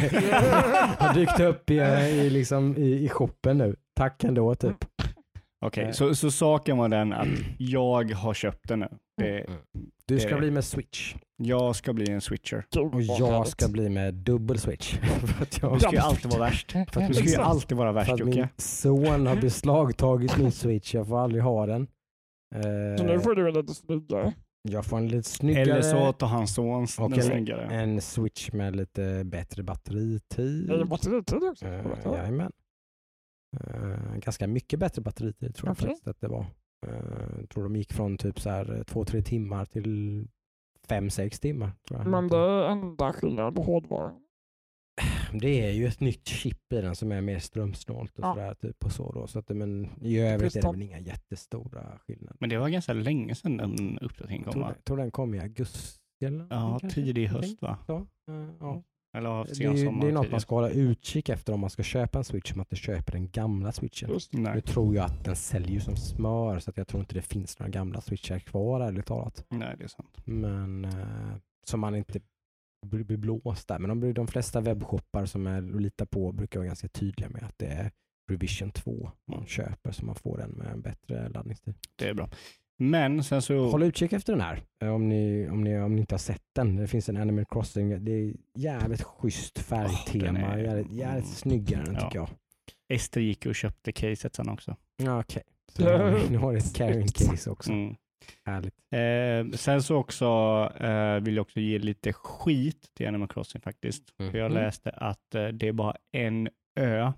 upp i shoppen nu. Tack ändå, typ. Okej, så saken var den att jag har köpt den nu. Du ska bli med Switch. Jag ska bli en switcher. Och jag ska bli med dubbel Switch. Du ska ju alltid vara värst. Du ska ju alltid vara värst, Jocke. Min son har beslagtagit min Switch. Jag får aldrig ha den. Så nu får du lite snyggare. Jag får en lite snyggare. Eller så tar han sons och den snyggare. En Switch med lite bättre batteritid. Är det batteritid också? Jajamän. Ganska mycket bättre batteritid tror jag faktiskt att det var. Jag tror de gick från typ så här 2-3 timmar till 5-6 timmar. Tror jag. Men det är enda skillnad på hårdvaran. Det är ju ett nytt chip i den som är mer strömsnålt och sådär typ och så då. Så att men i övrigt är det väl inga jättestora skillnader. Men det var ganska länge sedan den uppdateringen kom. Jag tror den kom i augusti eller? Ja, tidig höst va? Ja. Eller det är något man ska hålla utkik efter om man ska köpa en Switch, som att du köper den gamla Switchen. Nu tror jag att den säljer som smör, så att jag tror inte det finns några gamla Switchar kvar, ärligt talat. Nej, det är sant. Men som man inte blir blåst där. Men de flesta webbshoppar som är att lita på brukar vara ganska tydliga med att det är Revision 2 man köper, så man får den med en bättre laddningstid. Det är bra. Men sen så... Håll utkik efter den här om ni inte har sett den. Det finns en Animal Crossing. Det är jävligt schysst färgtema. Jävligt snyggare den tycker jag. Ester gick och köpte caset sen också. Ja, okej. Så nu har ett carrying case också. Härligt. Sen så också vill jag också ge lite skit till Animal Crossing faktiskt. För jag läste att det är bara en ö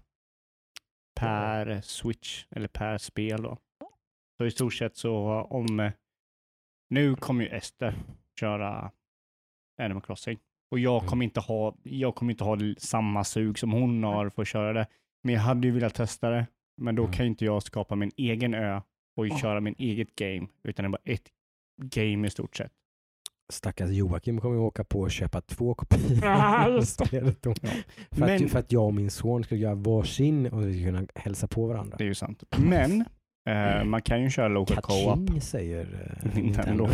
per Switch eller per spel då. Så i stort sett så nu kommer ju Ester köra Animal Crossing. Och jag kommer inte ha samma sug som hon har för att köra det. Men jag hade ju velat testa det. Men då kan inte jag skapa min egen ö och köra min eget game. Utan det är bara ett game i stort sett. Stackars Joakim kommer att åka på och köpa 2 kopior av spelet. För att jag och min son ska göra varsin och vi ska kunna hälsa på varandra. Det är ju sant. Men man kan ju köra local co-op. Säger Nintendo.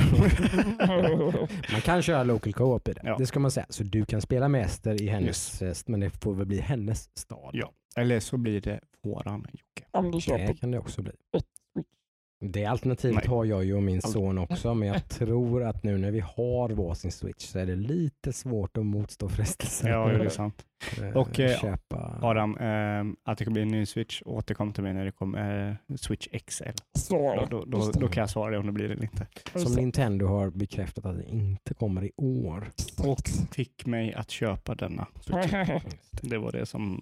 Man kan köra local co-op i det. Ja. Det ska man säga. Så du kan spela med Ester i hennes, men det får väl bli hennes stad. Ja. Eller så blir det våran Jocke. Det kan det också bli. Det alternativet har jag ju och min son också, men jag tror att nu när vi har varsin Switch så är det lite svårt att motstå frestelsen. Ja, det är sant. Och köpa... Adam, att det kommer bli en ny Switch, återkom till mig när det kommer Switch XL. Då kan jag svara det om det blir det eller inte. Som Nintendo har bekräftat att det inte kommer i år. Och fick mig att köpa denna Switch. Det var det som...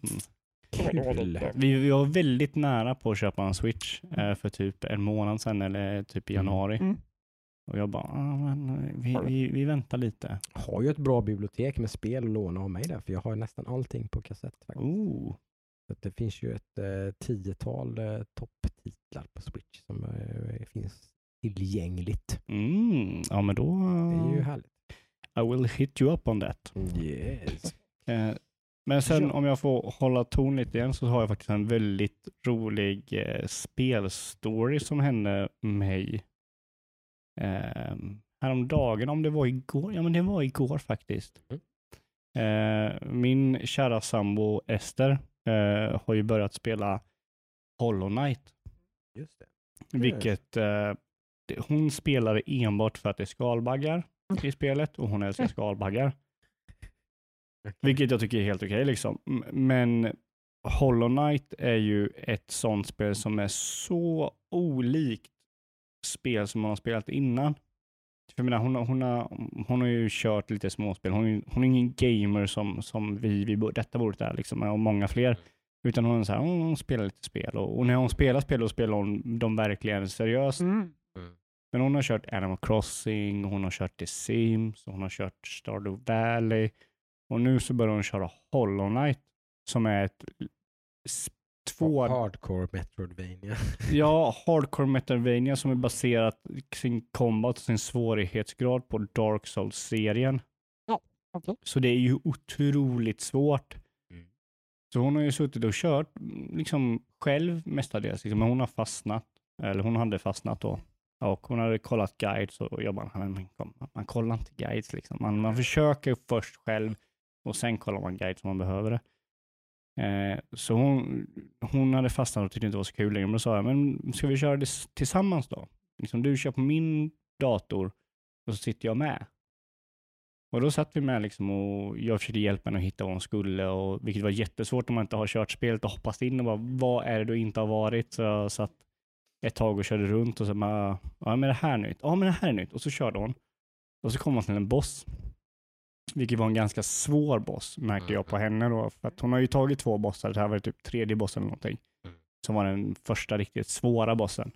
Vi var väldigt nära på att köpa en Switch för typ en månad sedan eller typ i januari. Och jag bara, vi väntar lite. Jag har ju ett bra bibliotek med spel och låna av mig där, för jag har nästan allting på kassett faktiskt. Så det finns ju ett 10-tal topptitlar på Switch som finns tillgängligt. Ja, men då... Det är ju härligt. I will hit you up on that. Yes. Men sen om jag får hålla ton lite igen så har jag faktiskt en väldigt rolig spelstory som hände mig häromdagen, om det var igår. Ja, men det var igår faktiskt. Min kära sambo Ester har ju börjat spela Hollow Knight. Just det. Vilket hon spelar enbart för att det är skalbaggar i spelet och hon älskar skalbaggar. Vilket jag tycker är helt okej liksom. Men Hollow Knight är ju ett sånt spel som är så olikt spel som man har spelat innan. För jag menar, hon har ju kört lite småspel. Hon är ingen gamer som vi detta bordet är liksom, och många fler. Utan hon är så här, hon spelar lite spel. Och när hon spelar spel, då spelar hon dem verkligen seriöst. Men hon har kört Animal Crossing, hon har kört The Sims, hon har kört Stardew Valley. Och nu så börjar hon köra Hollow Knight som är ett hardcore Metroidvania. Ja, hardcore Metroidvania som är baserat sin combat och sin svårighetsgrad på Dark Souls-serien. Så det är ju otroligt svårt. Så hon har ju suttit och kört liksom själv mestadels. Liksom, men hon har fastnat. Eller hon hade fastnat då. Och hon hade kollat guides och jag bara, man kollar inte guides liksom. Man försöker först själv och sen kollar man guides som man behöver det. Så hon hade fastnat och tyckte inte det var så kul längre. Men då sa jag, men ska vi köra det tillsammans då? Liksom, du kör på min dator och så sitter jag med. Och då satt vi med liksom, och jag försökte hjälpa henne att hitta vad hon skulle. Och, vilket var jättesvårt om man inte har kört spelet och hoppas in och bara, vad är det du inte har varit? Så jag satt ett tag och körde runt och så bara, ja men det här är nytt. Ja men det här är nytt. Och så körde hon. Och så kom hon till en boss. Vilket var en ganska svår boss, märkte jag på henne då. För att hon har ju tagit 2 bossar. Det här var typ 3:e bossen eller någonting. Som var den första riktigt svåra bossen.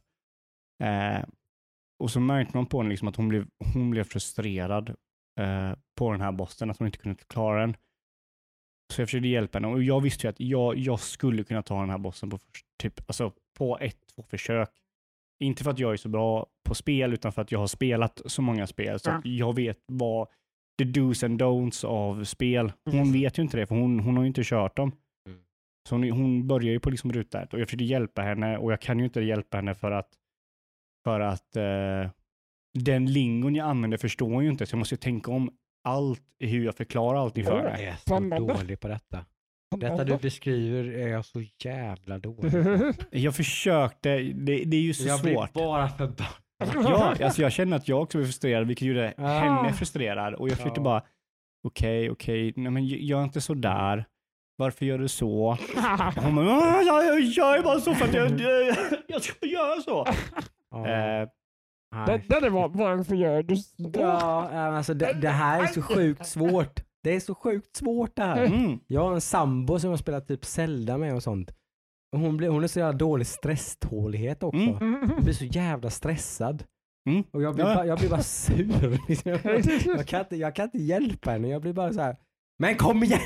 Och så märkte man på henne liksom att hon blev frustrerad på den här bossen. Att hon inte kunde klara den. Så jag försökte hjälpa henne. Och jag visste ju att jag skulle kunna ta den här bossen på på 1-2 försök. Inte för att jag är så bra på spel, utan för att jag har spelat så många spel. Så att jag vet vad the do's and don'ts av spel. Hon vet ju inte det, för hon har ju inte kört dem. Så hon börjar ju på liksom ruta 1. Och jag försökte hjälpa henne. Och jag kan ju inte hjälpa henne för att den lingon jag använder förstår ju inte. Så jag måste ju tänka om allt i hur jag förklarar allting för henne. Jag är så dålig på detta. Detta du beskriver är jag så jävla dålig. Jag försökte, det är ju så svårt. Jag blir bara förbannad Ja, alltså jag känner att jag också blev frustrerad, vilket gjorde henne frustrerad. Och jag försökte bara, okej, nej men gör inte så där. Varför gör du så? Och hon bara, jag är bara så för att jag ska göra så. Det var varför gör du så? Ja, alltså det här är så sjukt svårt. Det är så sjukt svårt det här. Jag har en sambo som har spelat typ Zelda med och sånt. Och hon är så jävla dålig stresstålighet också. Hon blir så jävla stressad. Och jag blir bara sur. Jag kan inte hjälpa henne. Jag blir bara så här. Men kom igen!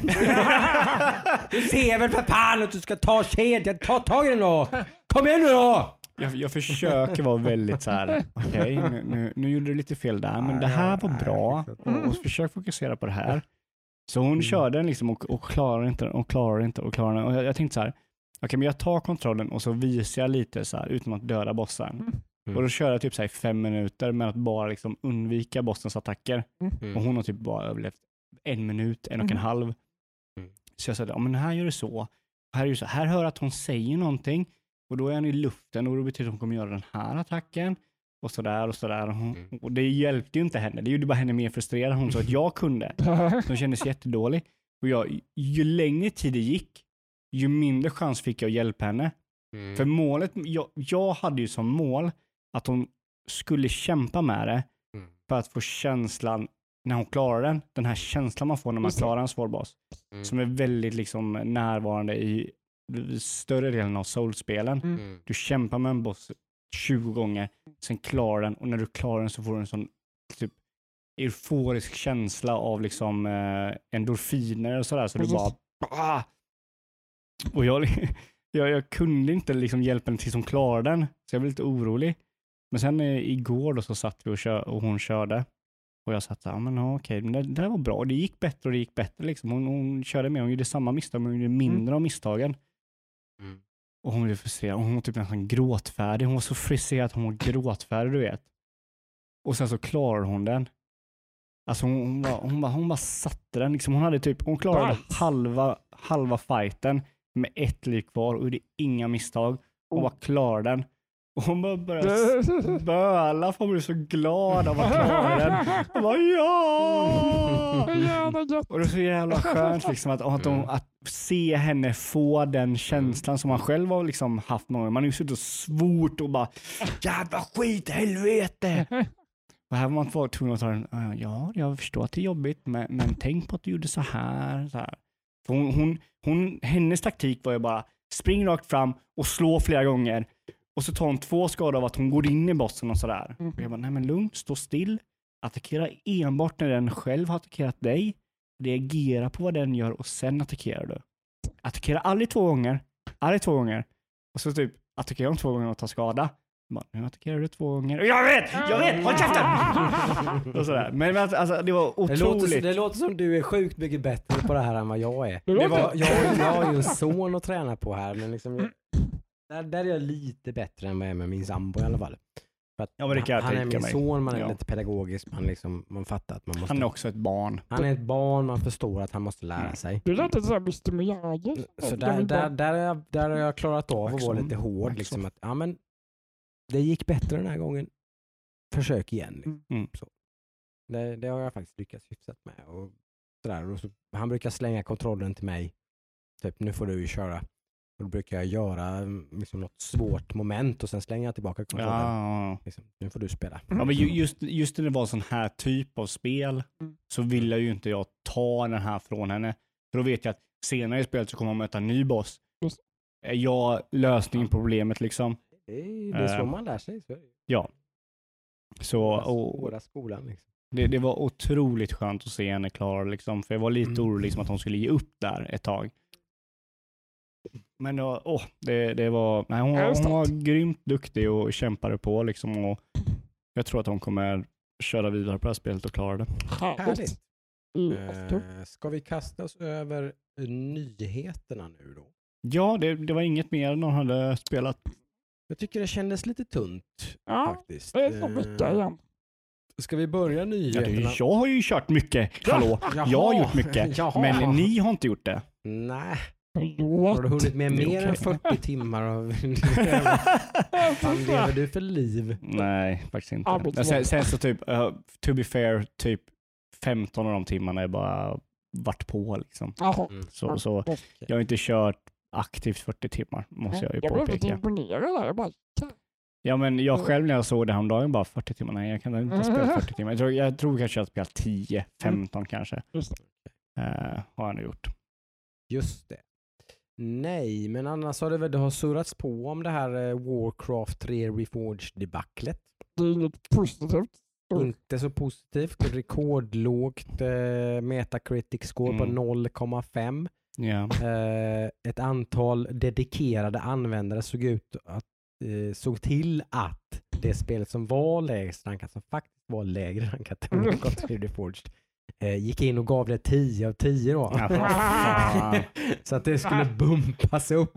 Du ser väl för fan att du ska ta kedjan. Ta tag i den då! Kom igen nu då! Jag försöker vara väldigt så här. Okej, nu gjorde du lite fel där. Men det här var bra. Och försök fokusera på det här. Så hon körde den liksom och klarar inte. Och jag tänkte så här. Okej, men jag tar kontrollen och så visar jag lite så här utan att döda bossen. Och då kör jag typ så här 5 minuter med att bara liksom undvika bossens attacker. Och hon har typ bara överlevt 1 minut, 1,5. Så jag sa, men här gör det så. Här är det så. Här hör att hon säger någonting och då är han i luften och då betyder att hon kommer göra den här attacken. Och sådär och sådär. Och det hjälpte ju inte henne. Det gjorde bara henne mer frustrerad. Hon sa att jag kunde. Hon kändes jättedålig. Och ju längre tid det gick, ju mindre chans fick jag att hjälpa henne. För målet, jag hade ju som mål att hon skulle kämpa med det för att få känslan när hon klarar den här känslan man får när man klarar en svår boss som är väldigt liksom närvarande i större delen av Souls-spelen. Du kämpar med en boss 20 gånger, sen klarar den och när du klarar den så får du en sån typ euforisk känsla av liksom endorfiner och sådär så du bara och jag kunde inte liksom hjälpa henne tills hon klarade den så jag blev lite orolig. Men sen igår då så satt vi och hon körde. Och jag satt så här, men okej, men det var bra. Det gick bättre liksom. Hon körde med, hon gjorde samma misstag, men hon gjorde mindre av misstagen. Och hon blev frustrerad. Hon var typ nästan gråtfärdig. Hon var så frustrerad att hon var gråtfärdig, du vet. Och sen så klarade hon den. Alltså hon bara satte den. Liksom, hon klarade halva fighten med 1 liv kvar och gjorde inga misstag. Hon bara klarade den. Och hon bara började spöla för hon blev så glad av att klara den. Hon bara Och det är så jävla skönt liksom, att se henne få den känslan som man själv har liksom haft någon gång. Man är ju suttit och svårt och bara jävla skit, helvete. Och här var man tvungen att ta den. Ja, jag förstår att det är jobbigt, men tänk på att du gjorde så här. För hennes taktik var ju bara spring rakt fram och slå flera gånger. Och så tar hon 2 skador av att hon går in i bossen och sådär. Och jag bara, nej men lugnt, stå still. Attackera enbart när den själv har attackerat dig. Reagera på vad den gör och sen attackerar du. Attackera aldrig 2 gånger. Aldrig 2 gånger. Och så typ attackerar hon 2 gånger och tar skada. Bara, nu attackerar du 2 gånger. Jag vet! Håll käften! Och sådär. Men alltså, det var otroligt. Det låter som du är sjukt mycket bättre på det här än vad jag är. Jag har ju en son att träna på här. Men liksom, där är jag lite bättre än vad jag är med min sambo i alla fall. För att han är min son, man är lite pedagogisk. Man fattar att man måste... Han är också ett barn. Han är ett barn, man förstår att han måste lära sig. Du låter så här Mr. Miyagi. Så där har jag klarat av att vara lite hård. Liksom att, ja men det gick bättre den här gången. Försök igen. Så. Det har jag faktiskt lyckats hyfsat med. Och sådär. Och så, han brukar slänga kontrollen till mig. Typ, nu får du ju köra. Och då brukar jag göra liksom något svårt moment och sen slänga jag tillbaka kontrollen. Ja. Liksom, nu får du spela. Ja, men just när det var sån här typ av spel så vill jag ju inte jag ta den här från henne. För då vet jag att senare i spelet så kommer man möta en ny boss. Är jag lösningen på problemet liksom? Det är så man lär sig. Så. Ja. Så, svåra skolan liksom. Det var otroligt skönt att se henne klara liksom. För jag var lite orolig liksom, att hon skulle ge upp där ett tag. Men då, det var... Nej, hon var grymt duktig och kämpade på liksom. Och jag tror att hon kommer köra vidare på det här spelet och klara det. Härligt. Ska vi kasta oss över nyheterna nu då? Ja, det var inget mer någon hade spelat. Jag tycker det kändes lite tunt faktiskt. Det är så mycket igen. Ska vi börja nyheterna? Jag har ju kört mycket. Hallå, jag har gjort mycket. Men ni har inte gjort det. Nej, Har du hunnit med mer än 40 timmar av... Vad lever du för liv? Nej, faktiskt inte. Sen så typ, to be fair, typ 15 av de timmarna är bara varit på liksom. Så jag har inte kört aktivt 40 timmar, måste jag ju påpeka. Jag blev lite imponerad där. Ja, men jag själv när jag såg det häromdagen bara 40 timmar. Nej, jag kan inte spela 40 timmar. Jag tror kanske jag har spelat 10, 15 kanske. Har jag nu gjort. Just det. Nej, men annars har det har surrats på om det här Warcraft 3 Reforged-debaclet. Det är inget positivt. Inte så positivt. Rekordlågt Metacritic-score på 0,5. Yeah. Ett antal dedikerade användare såg till att det spelet som var lägst rankat, som faktiskt var lägre rankat än Warcraft 3 Reforged, gick in och gav det 10 av 10 då. Så att det skulle bumpas upp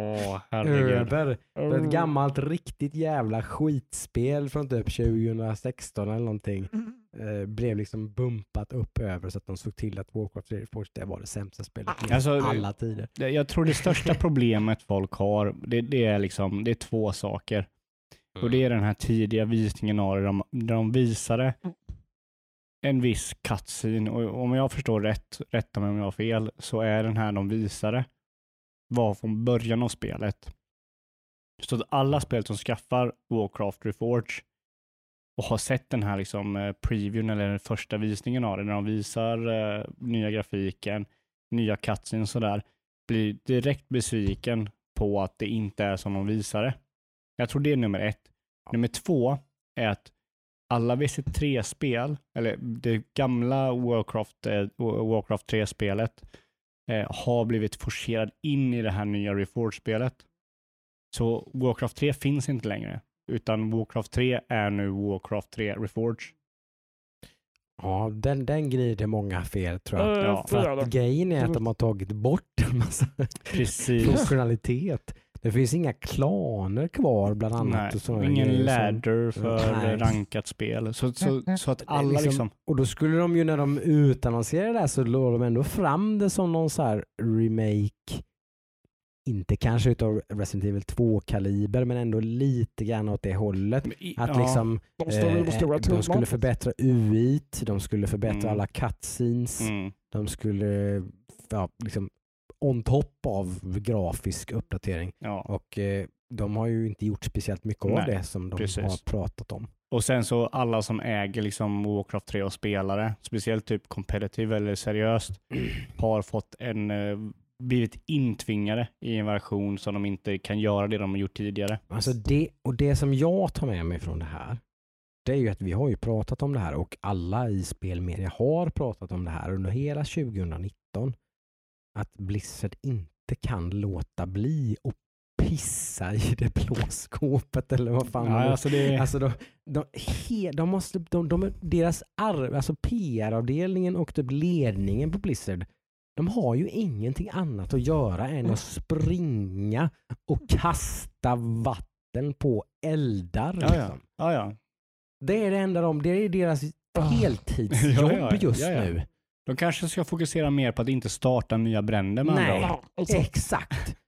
över ett gammalt riktigt jävla skitspel från typ 2016 eller någonting. Blev liksom bumpat upp över så att de såg till att Warcraft 3 Reforged var det sämsta spelet i alla tider. Jag tror det största problemet folk har, det är 2 saker. Och det är den här tidiga visningen av det, där de visade en viss cutscene, och om jag förstår rätta mig om jag har fel, så är den här de visade var från början av spelet. Så att alla spel som skaffar Warcraft Reforged och har sett den här liksom previewn eller den första visningen av det, när de visar nya grafiken, nya cutscenes och sådär, blir direkt besviken på att det inte är som de visade. Jag tror det är nummer 1. Nummer 2 är att alla VC3-spel, eller det gamla Warcraft 3-spelet, har blivit forcerad in i det här nya Reforged-spelet. Så Warcraft 3 finns inte längre, utan Warcraft 3 är nu Warcraft 3 Reforged. Ja, den glider många fel tror jag. För att grejen är att de har tagit bort en massa funktionalitet. Det finns inga klaner kvar bland annat. Nej, ingen ladder för rankat spel. Så att alla liksom... Och då skulle de ju, när de utannonserade det här, så låg de ändå fram det som någon så här remake. Inte kanske utav Resident Evil 2-kaliber, men ändå lite grann åt det hållet. Att liksom de skulle förbättra UI, de skulle förbättra alla cutscenes, de skulle liksom on top av grafisk uppdatering. Ja. Och de har ju inte gjort speciellt mycket av det som de har pratat om. Och sen så alla som äger liksom Warcraft 3 och spelare, speciellt typ competitive eller seriöst, har fått blivit intvingade i en version som de inte kan göra det de har gjort tidigare. Alltså det som jag tar med mig från det här, det är ju att vi har ju pratat om det här, och alla i spelmedia har pratat om det här under hela 2019. Att Blizzard inte kan låta bli och pissa i det blå skåpet eller vad fan. Deras alltså PR-avdelningen och typ ledningen på Blizzard, de har ju ingenting annat att göra än att springa och kasta vatten på eldar. Liksom. Ja. Det är det enda det är deras heltidsjobb just nu. De kanske ska fokusera mer på att inte starta nya bränder med andra. Exakt.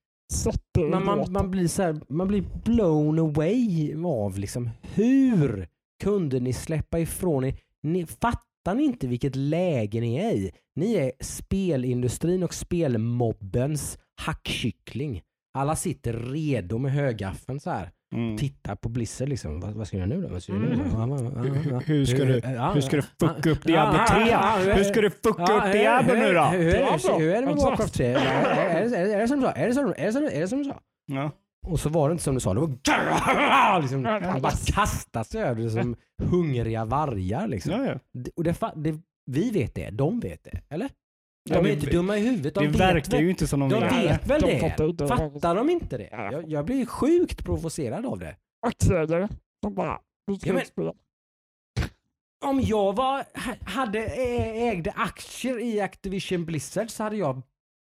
Man blir blown away av liksom, hur kunde ni släppa ifrån er? Ni fattar ni inte vilket läge ni är i? Ni är spelindustrin och spelmobbens hackkyckling. Alla sitter redo med högaffeln så här. Tittar på Blizzard liksom. Vad ska jag nu då? Hur ska du fucka upp Diablo 3? Hur ska du fucka upp Diablo nu då? Hur är det med Warcraft 3? Är det som du sa? Är det som du sa? Ja. Och så var det inte som du sa. Det var liksom, man bara kastas över det som hungriga vargar liksom. Ja. Och vi vet det, de vet det, eller? De är inte dumma i huvudet. Det verkar ju inte som de vet väl det. Fattar de inte det? Jag blir sjukt provocerad av det. Aktieägare som bara... Om jag ägde aktier i Activision Blizzard så hade jag...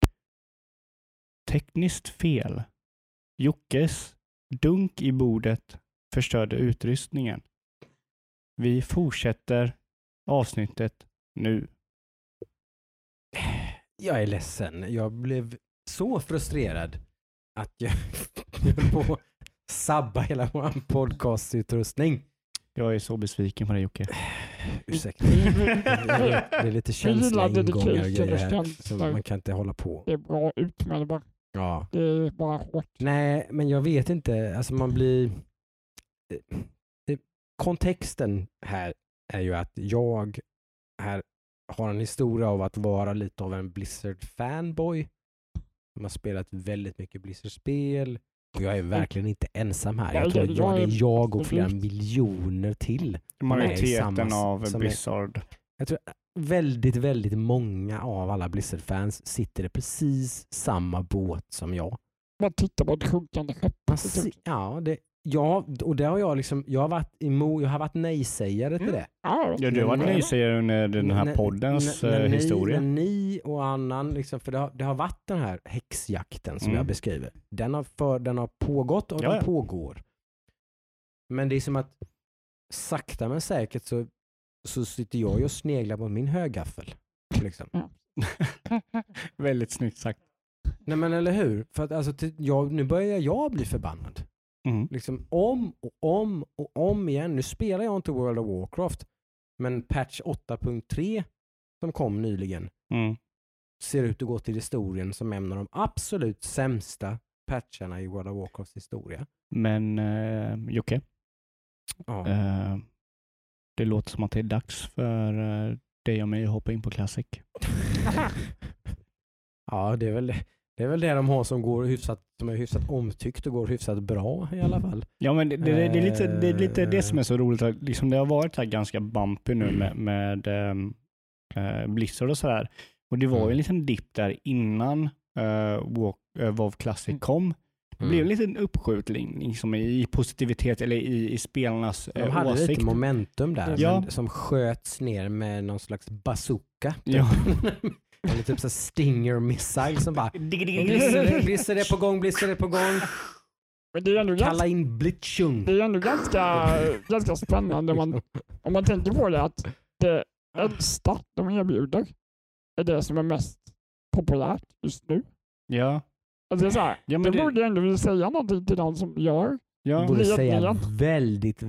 Tekniskt fel. Jockes dunk i bordet förstörde utrustningen. Vi fortsätter avsnittet nu. Jag är ledsen. Jag blev så frustrerad att jag höll på att sabba hela vår podcastutrustning. Jag är så besviken på dig, Jocke. Ursäkta. Det är lite känsliga ingångar och grejer här, så man kan inte hålla på. Det är bra ut med det bara. Ja. Det är bara hårt. Nej, men jag vet inte. Alltså man blir... Kontexten här är ju att jag här har en historia av att vara lite av en Blizzard-fanboy. De har spelat väldigt mycket Blizzard-spel. Och jag är verkligen inte ensam här. Jag tror att det är jag och flera miljoner till. Majoriteten av Blizzard. Jag tror väldigt, väldigt många av alla Blizzard-fans sitter i precis samma båt som jag. Man tittar på ett sjunkande skepp. Och det har jag liksom, jag har varit nej-sägare till det. Ja, du har varit nej-sägare under den här poddens historia. När ni och annan, liksom, för det har varit den här häxjakten som jag beskriver. Den har pågått och den pågår. Men det är som att sakta men säkert så sitter jag och sneglar på min högaffel. Liksom. Väldigt snyggt sagt. Nej men eller hur? För att alltså, nu börjar jag bli förbannad. Liksom om igen. Nu spelar jag inte World of Warcraft, men patch 8.3 som kom nyligen ser ut att gå till historien som en av de absolut sämsta patcherna i World of Warcrafts historia. Men Jocke, det låter som att det är dags för dig och mig att hoppa in på Classic. Ja, det är väl det de har som går som är hyfsat omtyckt och går hyfsat bra i alla fall. Ja, men det är lite det som är så roligt. Liksom det har varit här ganska bumpy nu med Blizzard och sådär. Och det var ju en liten dipp där innan WoW Classic kom. Det blev en liten uppskjutning liksom, i positivitet eller i spelarnas åsikt. De hade lite momentum där som sköts ner med någon slags bazooka. Ja. Eller typ så Stinger missile som bara Blizzard är på gång. Men det är ändå kalla in Blitzchung. Det är ändå ganska spännande om man tänker på det, att det äldsta de erbjuder är det som är mest populärt just nu. Ja. Alltså det är så här, det borde ändå vilja säga någonting till de som gör. Ja. Borde säga väldigt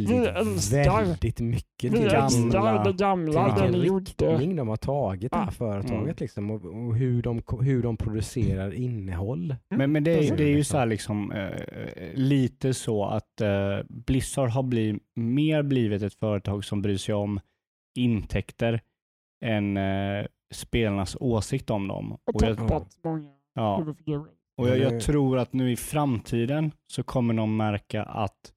mycket till det gamla den riktning de har tagit det här företaget liksom, och hur de producerar innehåll. Men det är ju så här liksom lite så att Blizzard har blivit ett företag som bryr sig om intäkter än spelarnas åsikt om dem. Och tappat många huvudfigurer. Och jag tror att nu i framtiden så kommer de märka att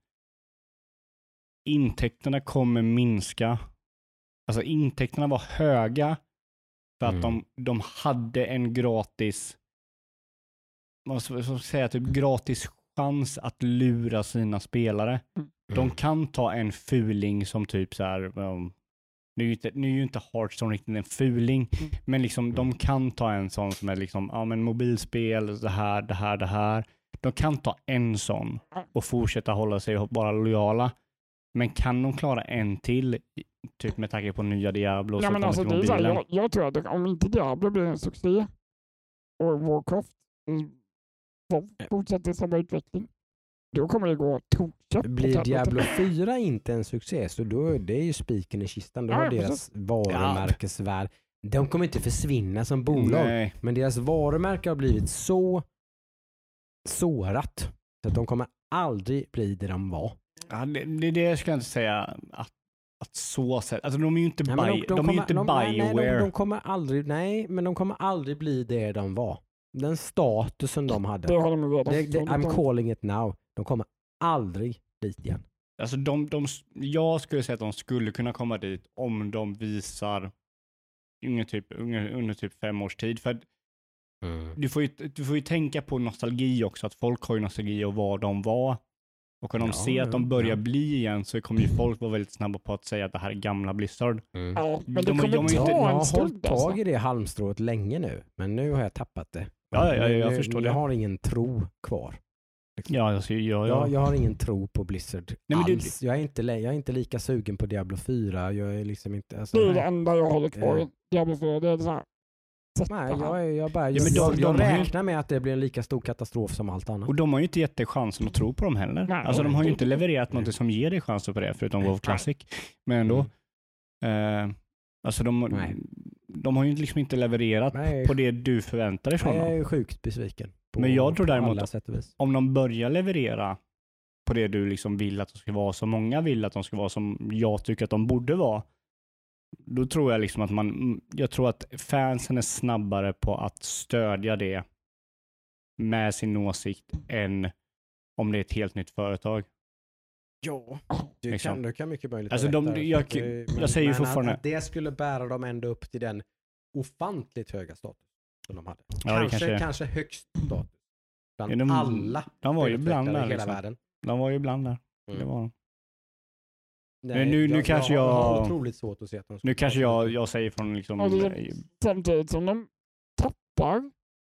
intäkterna kommer minska. Alltså intäkterna var höga för att de hade en gratis, vad ska jag säga, typ gratis chans att lura sina spelare. De kan ta en fuling som typ så här, nu är ju inte Hearthstone riktigt en fuling, men liksom de kan ta en sån som är liksom, men mobilspel, det här. De kan ta en sån och fortsätta hålla sig och vara lojala. Men kan de klara en till, typ med tanke på nya Diablo? Ja, men alltså, det är så här, jag tror att om inte Diablo blir en succé och Warcraft fortsätter samma utveckling, då kommer det gå tokigt. Blir Diablo 4 inte en succé, så då det är ju spiken i kistan. Då har deras varumärkesvärld. De kommer inte försvinna som bolag, men deras varumärke har blivit så sårat så att de kommer aldrig bli det de var. Ja, det ska jag inte säga att så sätt. Alltså de är ju inte BioWare. De kommer aldrig, men de kommer aldrig bli det de var. Den statusen de hade. I'm calling it now. De kommer aldrig dit igen. Alltså jag skulle säga att de skulle kunna komma dit om de visar under typ 5 års tid. För du får ju tänka på nostalgi också. Att folk har ju nostalgi och vad de var. Och om de ser att de börjar bli igen, så kommer ju folk vara väldigt snabba på att säga att det här är gamla Blizzard. Ja, men det jag har hållit tag i det halmstrået länge nu. Men nu har jag tappat det. Jag förstår det. Jag har ingen tro kvar. Ja. Jag har ingen tro på Blizzard alls. Jag är inte lika sugen på Diablo 4. Jag är liksom inte... Alltså, det är det enda jag håller kvar. Diablo 4, det är så här. sätta Nej, här. jag räknar med att det blir en lika stor katastrof som allt annat. Och de har ju inte gett dig chansen att tro på dem heller. Nej. Alltså de har ju inte levererat något som ger dig chansen på det, förutom WoW Classic. Men ändå. Alltså de har ju liksom inte levererat på det du förväntar dig från dem. Jag är sjukt besviken. Men jag tror däremot att om de börjar leverera på det du liksom vill att de ska vara, som många vill att de ska vara, som jag tycker att de borde vara, då tror jag liksom att jag tror att fansen är snabbare på att stödja det med sin åsikt än om det är ett helt nytt företag. Ja, du kan mycket möjligt. Alltså jag säger ju fortfarande att det skulle bära dem ända upp till den ofantligt höga status som de hade. Ja, kanske högst status. Bland alla de var ju bland där, i hela liksom. världen. De var ju bland där. Det var de. Nej, nu kanske jag har otroligt svårt att se att de nu kanske jag säger från liksom samtidigt som de tappar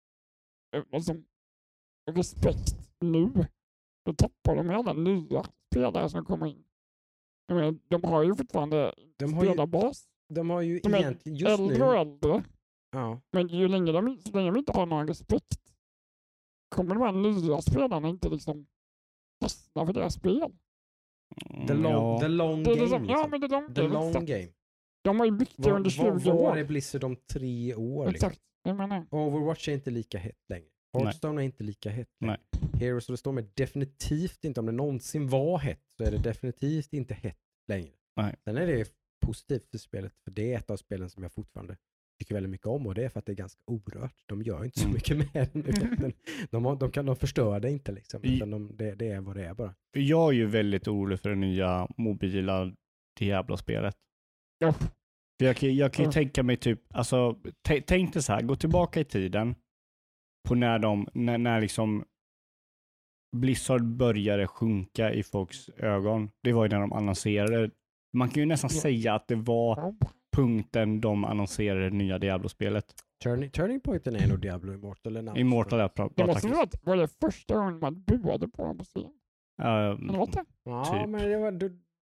respekt nu, då tappar de alla nya spelare som kommer in. De har ju fortfarande spelarbas. De har ju de egentligen just äldre nu och äldre. Ja. Men så länge de inte har någon respekt kommer de här nya spelarna inte liksom fastna för deras spel. The long game. Liksom. Ja, men the long game. De har ju byggt det under 20 år. Var är Blizzard om 3 år? Exakt, jag menar. Overwatch är inte lika hett längre. Hearthstone är inte lika hett längre. Heroes of the Storm är definitivt inte, om det någonsin var hett, så är det definitivt inte hett längre. Nej. Sen är det positivt för spelet, för det är ett av spelen som jag fortfarande tycker väldigt mycket om, och det är för att det är ganska orört. De gör inte så mycket med den. De förstör det inte liksom, utan det är vad det är bara. Jag är ju väldigt orolig för det nya mobila Diablo-spelet. Ja. Jag kan ju tänka mig typ, alltså tänk dig så här, gå tillbaka i tiden på när liksom Blizzard började sjunka i folks ögon. Det var ju när de annonserade. Man kan ju nästan säga att det var punkten de annonserade det nya Diablo-spelet. Turning pointen är nog Diablo Immortal. Immortal är bra. Det måste vara det första gången man buade på dem på scen. Ja, typ. men det var...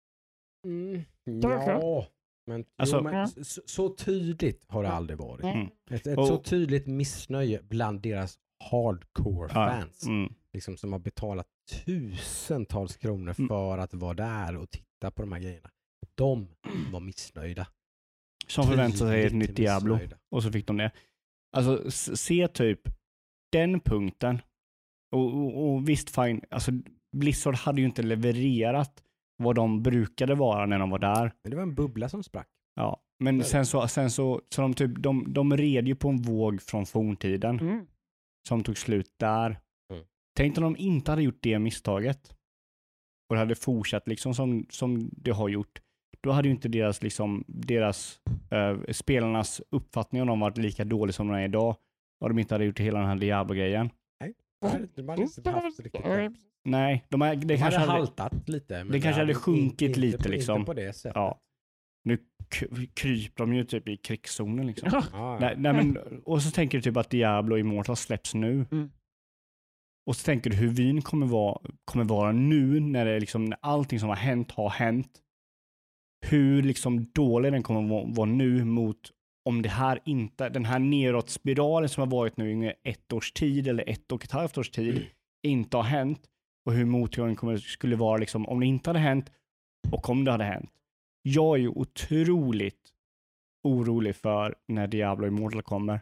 Ja, men, alltså, men så tydligt har det aldrig varit. Ett så tydligt missnöje bland deras hardcore-fans. Liksom, som har betalat tusentals kronor för att vara där och titta på de här grejerna. De var missnöjda. Som förväntade sig ett nytt Diablo. Och så fick de det. Alltså se typ den punkten. Och visst fine. Alltså Blizzard hade ju inte levererat vad de brukade vara när de var där. Men det var en bubbla som sprack. Ja, men sen så de red ju på en våg från forntiden. Som tog slut där. Tänk om de inte hade gjort det misstaget. Och det hade fortsatt liksom som det har gjort. Då hade ju inte deras spelarnas uppfattning om de varit lika dålig som de är idag. Och de inte hade gjort hela den här Diablo-grejen. Nej, de hade inte haft riktigt. Nej, det kanske hade haltat lite. Men det kanske hade sjunkit lite liksom. Inte på det sättet. Ja. Nu kryper de ju typ i krigszonen liksom. Nej, men, och så tänker du typ att Diablo Immortal släpps nu. Och så tänker du hur vin kommer vara nu när det liksom, när allting som har hänt. Hur liksom dålig den kommer vara nu mot om det här inte, den här neråtspiralen som har varit nu i 1 års tid eller 1,5 års tid inte har hänt, och hur motgången skulle vara liksom om det inte hade hänt och om det hade hänt. Jag är ju otroligt orolig för när Diablo Immortal kommer.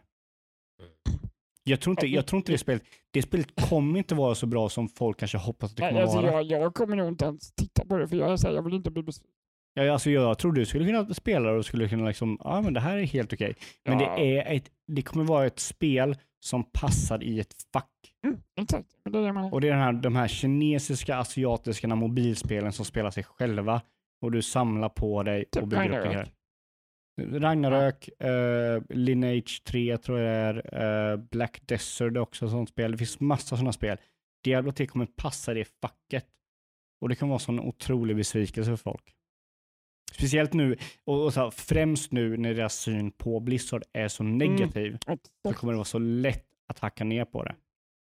Jag tror inte det spelet kommer inte vara så bra som folk kanske hoppas att det kommer vara. Jag kommer nog inte ens titta på det, för jag vill inte bli besviken. Ja, alltså jag tror du skulle kunna spela och skulle kunna liksom, men det här är helt okej. Men det kommer vara ett spel som passar i ett fack. Exakt. Och det är de här kinesiska, asiatiska mobilspelen som spelar sig själva och du samlar på dig och bygger upp det här. Ragnarök, Lineage 3 tror jag det är, Black Desert är också ett sånt spel. Det finns massa sådana spel. Diablo 3 kommer passa det facket. Och det kan vara sån otrolig besvikelse för folk. Speciellt nu, och så här, främst nu när deras syn på Blizzard är så negativ, så kommer det vara så lätt att hacka ner på det.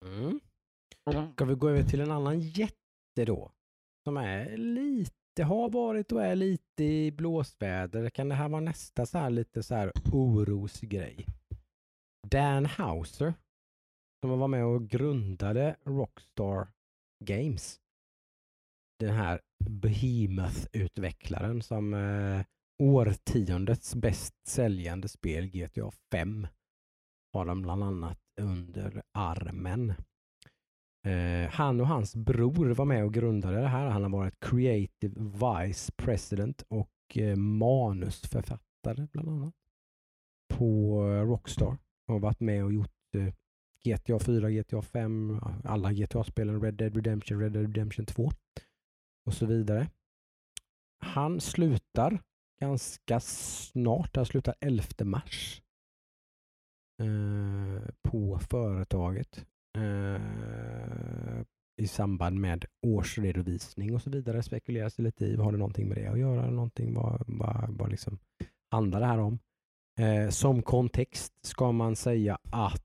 Ska vi gå över till en annan jätte då? Som är lite, har varit och är lite i blåsväder. Kan det här vara nästa så här lite så här orosgrej? Dan Houser, som var med och grundade Rockstar Games. Den här Behemoth-utvecklaren som årtiondets bäst säljande spel GTA 5 har de bland annat under armen. Han och hans bror var med och grundade det här. Han har varit Creative Vice President och manusförfattare bland annat på Rockstar. Och varit med och gjort GTA 4, GTA 5, alla GTA-spelen, Red Dead Redemption 2 och så vidare. Han slutar ganska snart. Han slutar 11 mars på företaget i samband med årsredovisning och så vidare. Spekuleras det lite i, har det någonting med det att göra? Någonting, vad liksom handlar det här om? Som kontext ska man säga att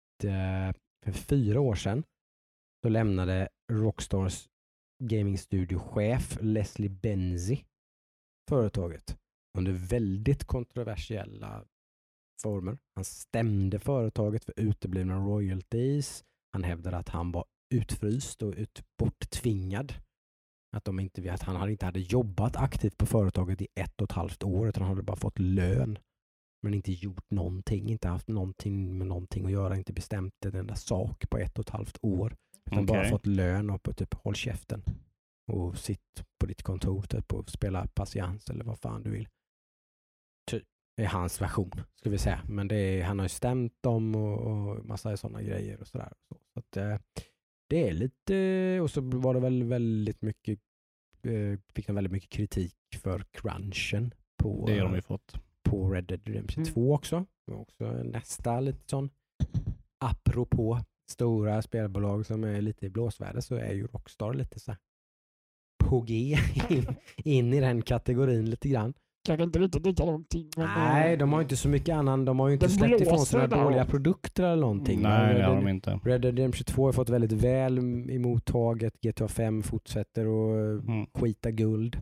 för 4 år sedan så lämnade Rockstars Gaming Studio-chef Leslie Benzi företaget under väldigt kontroversiella former. Han stämde företaget för uteblivna royalties. Han hävdade att han var utfryst och borttvingad. Att han inte hade jobbat aktivt på företaget i 1,5 år, utan han hade bara fått lön. Men inte gjort någonting, inte haft någonting med någonting att göra, inte bestämt en enda sak på 1,5 år. Utan bara fått lön och på typ håll käften. Och sitt på ditt kontor typ och spela patiens eller vad fan du vill. Typ. Det är hans version, ska vi säga. Men han har ju stämt dem och massa sådana grejer och sådär. Så att det är lite, och så var det väl väldigt mycket, fick de väldigt mycket kritik för crunchen på, det har de ju fått. På Red Dead Redemption 2 också. Också nästa lite sån, apropå stora spelbolag som är lite i blåsväder, så är ju Rockstar lite så här på G in i den kategorin lite grann. Kanske inte riktigt lika långting. Nej, de har inte så mycket annan. De har ju inte släppt ifrån sina dåliga produkter eller någonting. Nej, det har de inte. Red Dead Redemption 2 har fått väldigt väl emottaget. GTA 5 fortsätter och skita guld.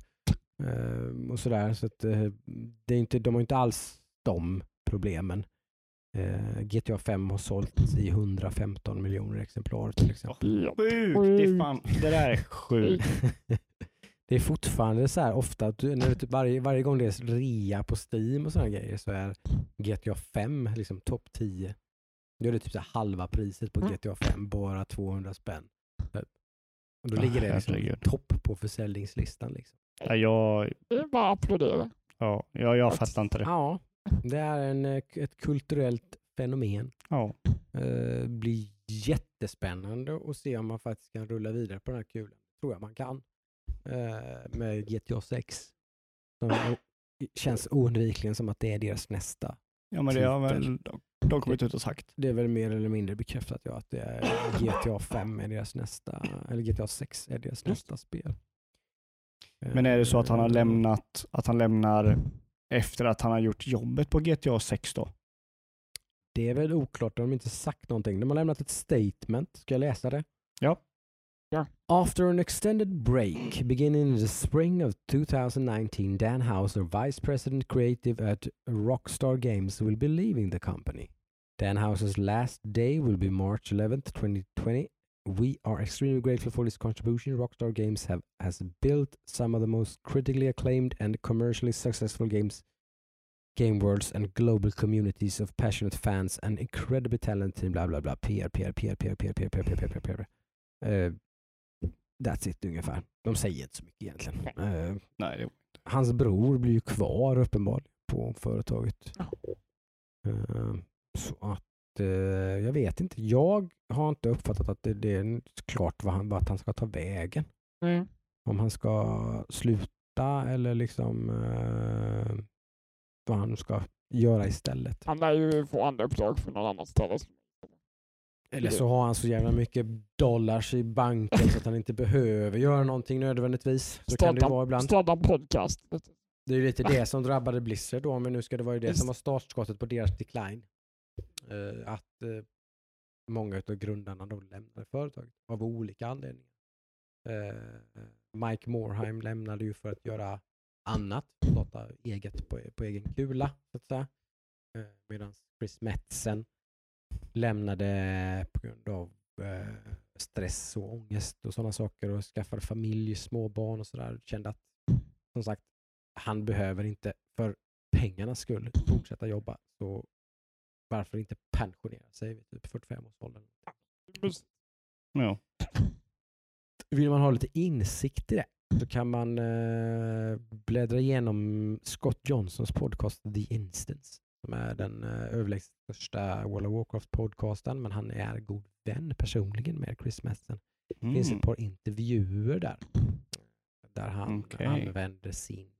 Och sådär. Så att, det är inte, de har inte alls de problemen. GTA 5 har sålt i 115 miljoner exemplar till exempel. Sjukt! Det där är sjukt. Det är fortfarande så här ofta att när typ varje gång det är rea på Steam och sådana grejer, så är GTA 5 liksom topp 10. Då är det typ så här halva priset på GTA 5, bara 200 spänn. Och då ligger det liksom topp på försäljningslistan liksom. Ja, det är bara att applådera. Ja, jag fattar inte det. Ja, det är ett kulturellt fenomen. Ja. Blir jättespännande att se om man faktiskt kan rulla vidare på den här kulan. Tror jag man kan. Med GTA 6. Som känns oundvikligen som att det är deras nästa. Ja, men det har väl de kommit ut och sagt. Det är väl mer eller mindre bekräftat att det är GTA 5 är deras nästa, eller GTA 6 är deras nästa spel. Men är det så att han lämnar efter att han har gjort jobbet på GTA 6 då? Det är väl oklart, de har inte sagt någonting. De har lämnat ett statement. Ska jag läsa det? Ja. After an extended break, beginning in the spring of 2019, Dan Houser, Vice President Creative at Rockstar Games, will be leaving the company. Dan Houser's last day will be March 11th, 2020. We are extremely grateful for his contribution. Rockstar Games has built some of the most critically acclaimed and commercially successful game worlds and global communities of passionate fans and incredibly talented bla bla bla PR. That's it ungefär. De säger inte så mycket egentligen. Nej, hans bror blir ju kvar uppenbarligen på företaget. Så att jag vet inte. Jag har inte uppfattat att det är klart vart han ska ta vägen. Om han ska sluta eller liksom vad han ska göra istället. Han lär ju få andra uppdrag för någon annan ställe. Eller så har han så jävla mycket dollars i banken så att han inte behöver göra någonting nödvändigtvis. Så kan det vara ibland. Starta en podcast. Det är ju lite det som drabbade Blizzard då, men nu ska det vara ju det som var startskottet på deras decline. Att många av grundarna då lämnade företaget av olika anledningar. Mike Morhaime lämnade ju för att göra annat, starta eget på egen kula så att säga. Medan Chris Metzen lämnade på grund av stress och ångest och sådana saker och skaffade familj, småbarn och sådär. Kände att, som sagt, han behöver inte för pengarnas skull fortsätta jobba. Så varför inte pensionera sig vid typ 45-årsåldern? Ja. Vill man ha lite insikt i det så kan man bläddra igenom Scott Johnsons podcast The Instance, som är den överlägset största World of Warcraft-podcasten, men han är god vän personligen med Chris Metzen. Det finns ett par intervjuer där han använder sin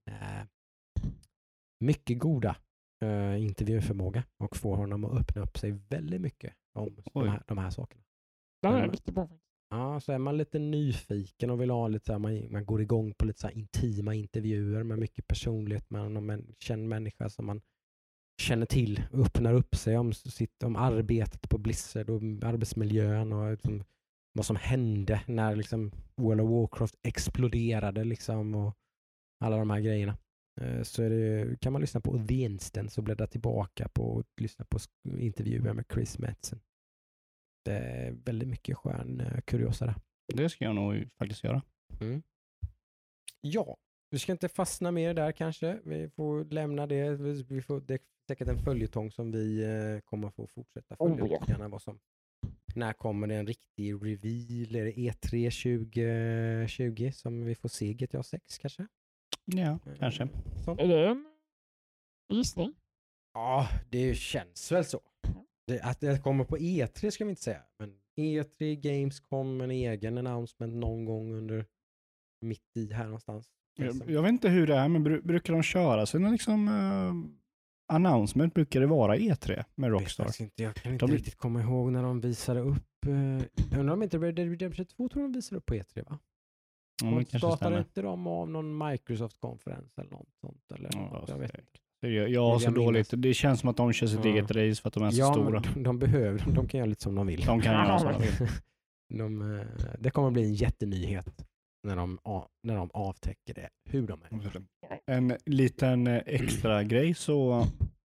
mycket goda intervjuförmåga och får honom att öppna upp sig väldigt mycket om de här sakerna. Det är riktigt bra. Ja, så är man lite nyfiken och vill ha lite så här, man går igång på lite så här intima intervjuer med mycket personlighet med en känd människa som man känner till och öppnar upp sig om arbetet på Blizzard och arbetsmiljön och liksom, vad som hände när liksom World of Warcraft exploderade liksom, och alla de här grejerna. Så kan man lyssna på The Instance och bläddra tillbaka på och lyssna på intervjuer med Chris Metzen. Det är väldigt mycket skön kuriosa där. Det ska jag nog faktiskt göra. Mm. Ja, vi ska inte fastna mer där kanske. Vi får lämna det. Det är säkert en följetong som vi kommer få fortsätta följa. När kommer det en riktig reveal? Är det E3 2020 som vi får se GTA 6 kanske? Ja, kanske. Är det en gissning? Ja, det känns väl så. Att det kommer på E3 ska vi inte säga. Men E3 Gamescom, en egen announcement någon gång under mitt i här någonstans. Jag vet inte hur det är, men brukar de köra sina liksom announcement, brukar det vara E3 med Rockstar? Jag kan inte riktigt komma ihåg när de visade upp jag undrar om inte Red Dead Redemption 2 tror de visade upp på E3, va? Ja, startade inte de av någon Microsoft-konferens eller något sånt? Eller jag vet inte. Jag har så dåligt. Det känns som att de kör sitt eget race för att de är så stora. De kan göra lite som de vill. De kan göra som de vill. Det kommer bli en jättenyhet när de avtäcker det. Hur de är. En liten extra grej så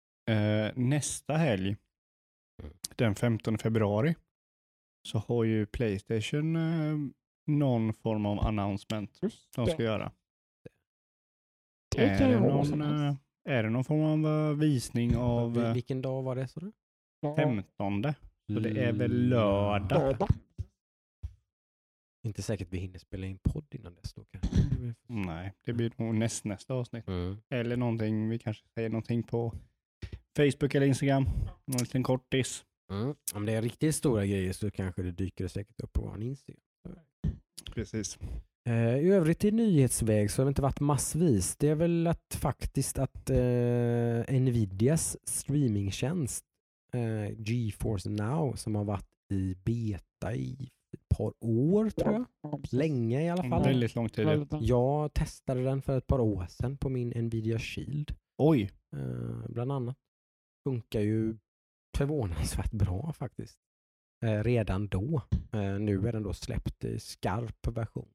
nästa helg, den 15 februari, så har ju PlayStation någon form av announcement de ska göra. Är det någon form av visning av... Vilken dag var det, så du? 15. Så det är väl lördag. Inte säkert vi hinner spela in podd innan dess då kanske. Nej, det blir nog nästa avsnitt. Eller någonting, vi kanske säger någonting på Facebook eller Instagram. Någon liten kortis. Om det är riktigt stora grejer så kanske det dyker säkert upp på vår Instagram. Precis. I övrigt i nyhetsväg så har det inte varit massvis. Det är väl att Nvidias streamingtjänst GeForce Now, som har varit i beta i ett par år tror jag. Länge i alla fall. Väldigt lång tid. Jag testade den för ett par år sedan på min Nvidia Shield. Oj. Bland annat. Funkar ju förvånansvärt bra faktiskt. Redan då. Nu är den då släppt i skarp version.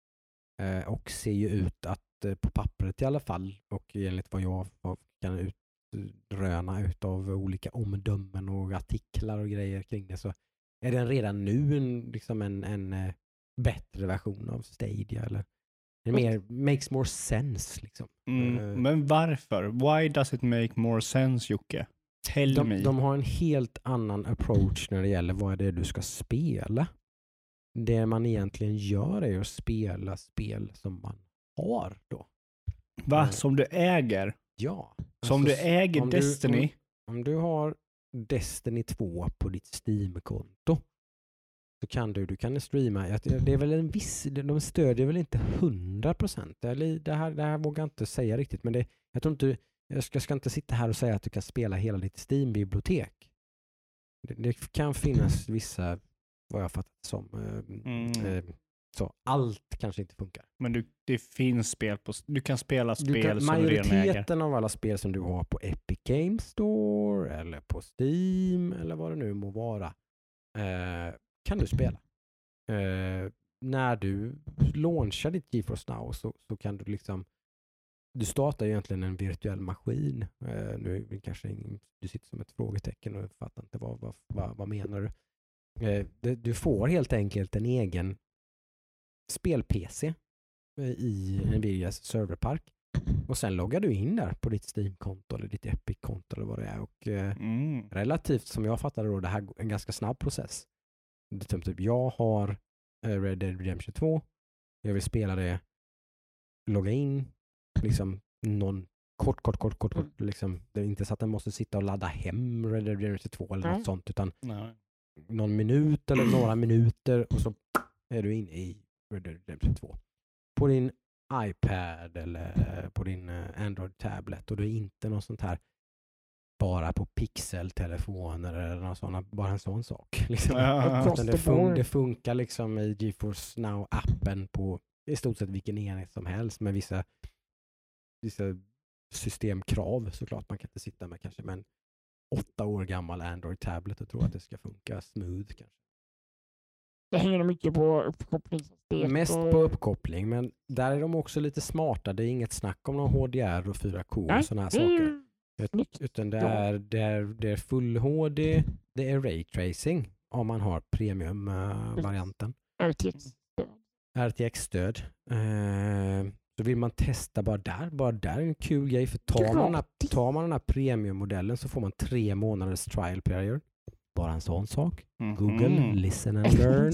Och ser ju ut att på pappret i alla fall, och enligt vad jag kan utröna utav olika omdömen och artiklar och grejer kring det, så är den redan nu en bättre version av Stadia, eller makes more sense liksom. Men varför? Why does it make more sense, Jocke? Tell me. De har en helt annan approach när det gäller vad är det du ska spela. Det man egentligen gör är att spela spel som man har då. Va? Som du äger? Ja. Som du äger Destiny? Om du har Destiny 2 på ditt Steam-konto så kan du kan streama. Det är väl en viss, de stödjer väl inte 100%. Det här vågar jag inte säga riktigt, men jag tror inte, jag ska inte sitta här och säga att du kan spela hela ditt Steam-bibliotek. Det kan finnas vissa, vad jag fattat som, så allt kanske inte funkar. Men det finns spel du kan spela spel som du redan äger. Majoriteten av alla spel som du har på Epic Games Store eller på Steam eller vad det nu må vara kan du spela. När du launchar ditt GeForce Now så kan du liksom du startar egentligen en virtuell maskin. Nu kanske du sitter som ett frågetecken och fattar inte vad menar du. Du får helt enkelt en egen spel-PC i Nvidias serverpark. Och sen loggar du in där på ditt Steam-konto eller ditt Epic-konto eller vad det är. Och relativt, som jag fattade då, det här är en ganska snabb process. Typ, jag har Red Dead Redemption 2. Jag vill spela det. Logga in. Liksom någon kort. Liksom, det är inte så att den måste sitta och ladda hem Red Dead Redemption 2 eller något sånt. Utan någon minut eller några minuter och så är du inne i Red Dead Redemption 2. På din iPad eller på din Android-tablet, och det är inte något sånt här bara på pixeltelefoner eller något sånt, bara en sån sak. Liksom. Det funkar liksom i GeForce Now-appen på i stort sett vilken enhet som helst med vissa systemkrav såklart. Man kan inte sitta med kanske med en 8 år gammal Android-tablet och tro att det ska funka smooth kanske. Det hänger mycket på uppkoppling. Mest på uppkoppling, men där är de också lite smarta. Det är inget snack om någon HDR och 4K och sådana här saker. Utan det är full HD, det är ray tracing om man har premium-varianten. RTX-stöd. Så vill man testa bara där är en kul grej, för tar man den här premium-modellen så får man 3 månaders trial period. Bara en sån sak. Google, listen and learn.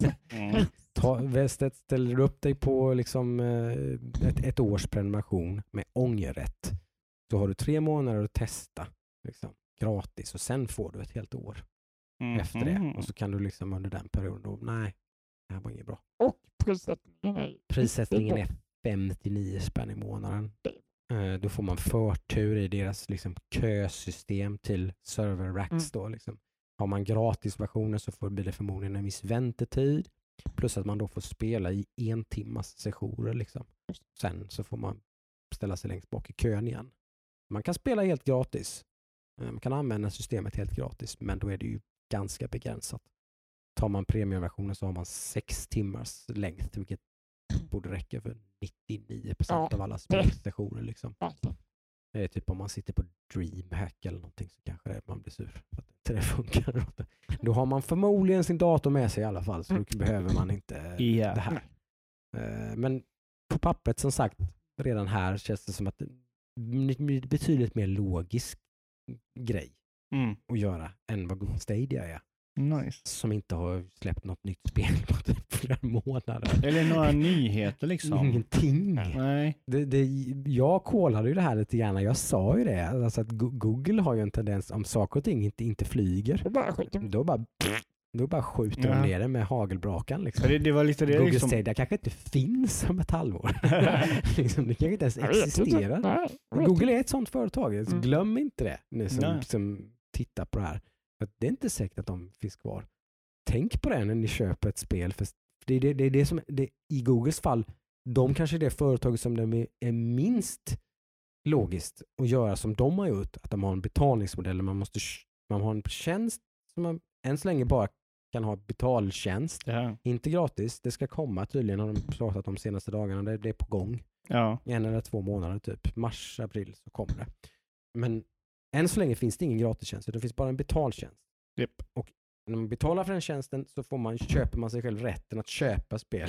Ställer du upp dig på liksom ett års prenumeration med ångerrätt, så har du 3 månader att testa liksom, gratis, och sen får du ett helt år efter det. Och så kan du liksom under den perioden, nej, det här var inget bra. Och prissättningen är 59 spänn i månaden. Då får man förtur i deras liksom kösystem till server racks då liksom. Har man gratisversioner så blir det förmodligen en viss väntetid. Plus att man då får spela i 1 timmas sessioner liksom. Sen så får man ställa sig längst bak i kön igen. Man kan spela helt gratis. Man kan använda systemet helt gratis, men då är det ju ganska begränsat. Tar man premiumversionen så har man 6 timmars längd, vilket borde räcka för 99% av alla spelsessioner liksom. Det är typ om man sitter på DreamHack eller någonting, så kanske man blir sur för att det funkar. Då har man förmodligen sin dator med sig i alla fall, så då behöver man inte det här. Men på pappret, som sagt, redan här känns det som att det är betydligt mer logisk grej att göra än vad Google Stadia är. Nice. Som inte har släppt något nytt spel på flera månader. Eller några nyheter liksom. Ingenting. Nej. Jag kollade ju det här lite grann. Jag sa ju det. Alltså att Google har ju en tendens, om saker och ting inte flyger, då bara skjuter de ner det med hagelbrakan. Liksom. Det var lite det, Google liksom... Stadia kanske inte finns om ett halvår. Liksom, det kanske inte ens existerar. Google är ett sånt företag. Så glöm inte det, ni som tittar på det här. Det är inte säkert att de finns kvar. Tänk på det när ni köper ett spel. För det är det som i Googles fall, de kanske är det företag som de är minst logiskt att göra som de har gjort. Att de har en betalningsmodell. Man har en tjänst som man än så länge bara kan ha betaltjänst. Ja. Inte gratis. Det ska komma tydligen, har de pratat de senaste dagarna. Det är på gång. Ja. 1 eller 2 månader typ. Mars, april så kommer det. Men än så länge finns det ingen gratistjänst. Det finns bara en betaltjänst. Yep. Och när man betalar för den tjänsten så köper man sig själv rätten att köpa spel.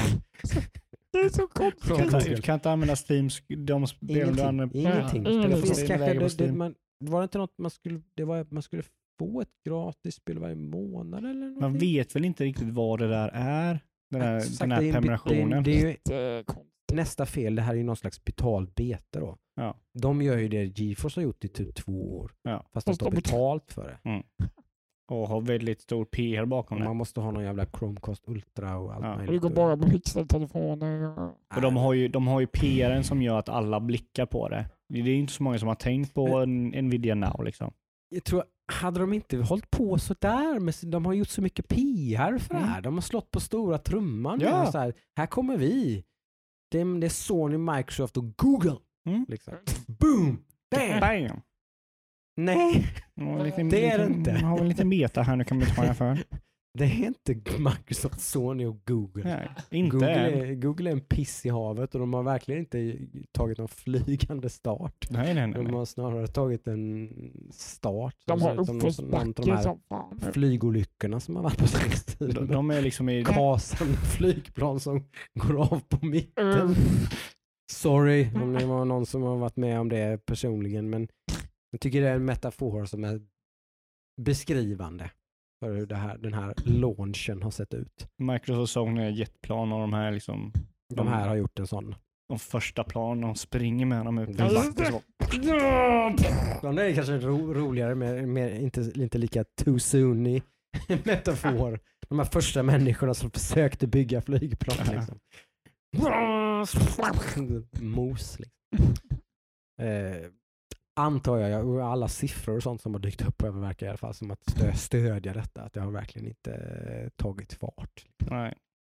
Det är så konstigt. Du kan inte använda Steam. Ingenting. Det finns kanske, var det inte något man skulle få ett gratis spel varje månad eller någonting? Man vet väl inte riktigt vad det där är. Den här prenumerationen. Det är ju nästa fel. Det här är ju någon slags betalt beta då. Ja. De gör ju det GeForce har gjort i typ 2 år. Ja. Fast de står betalt för det. Mm. Och har väldigt stor PR bakom det. Man måste ha någon jävla Chromecast Ultra och allt möjligt. Och det går bara på pixeltelefoner. Och de har ju PR:en som gör att alla blickar på det. Det är inte så många som har tänkt på Nvidia Now liksom. Jag tror, hade de inte hållit på så där, men de har gjort så mycket PR för det här. De har slått på stora trumman. Ja. Så här kommer vi. Det är Sony, Microsoft och Google. Liksom. Boom! Bam! Nej, det är det inte. Jag har en liten beta här, nu kan vi ta för. Det är inte Microsoft, Sony och Google. Nej, inte Google är en piss i havet och de har verkligen inte tagit någon flygande start. Nej. De har snarare tagit en start. De har uppförsbacke som fan. Flygolyckorna som har varit på senaste tiden. De är liksom i... Kasande flygplan som går av på mitten. Sorry om det var någon som har varit med om det personligen, men jag tycker det är en metafor som är beskrivande för hur den här launchen har sett ut. Microsoft Sony är jetplan och de här liksom... De här har gjort en sån. De första plan, de springer med dem ut. De är kanske roligare, mer inte lika too soon i metafor. De här första människorna som försökte bygga flygplan. Liksom. Mos liksom. Antar jag, och alla siffror och sånt som har dykt upp verkar i alla fall som att stödja detta, att det har verkligen inte tagit fart. Nej.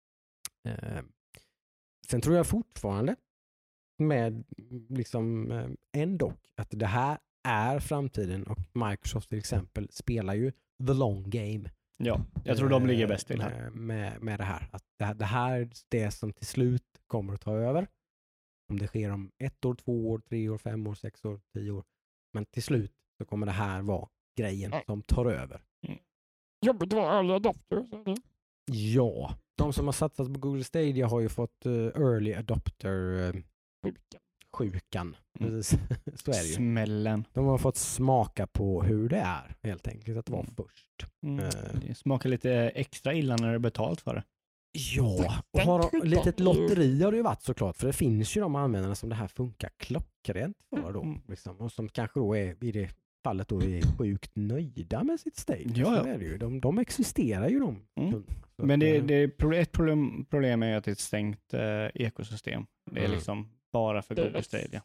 Sen tror jag fortfarande med liksom ändå att det här är framtiden, och Microsoft till exempel spelar ju the long game. Ja, jag tror de ligger bäst till här. Med det här. Att det här är det som till slut kommer att ta över. Om det sker om 1 år, 2 år, 3 år, 5 år, 6 år, 10 år. Men till slut så kommer det här vara grejen som tar över. Jobbigt att vara early adopter. Ja, de som har satsat på Google Stadia har ju fått early adopter sjukan. Så är det ju. Smällen. De har fått smaka på hur det är helt enkelt att vara först. Det smakar lite extra illa när det är betalt för det. Ja, och har litet lotteri har det ju varit såklart, för det finns ju de användarna som det här funkar klockrent för då, liksom, och som kanske då är i det fallet då är sjukt nöjda med sitt stage. Ja. Så är det ju. De existerar ju de. Men ett problem är att det är ett stängt ekosystem. Det är liksom bara för Google Stadia.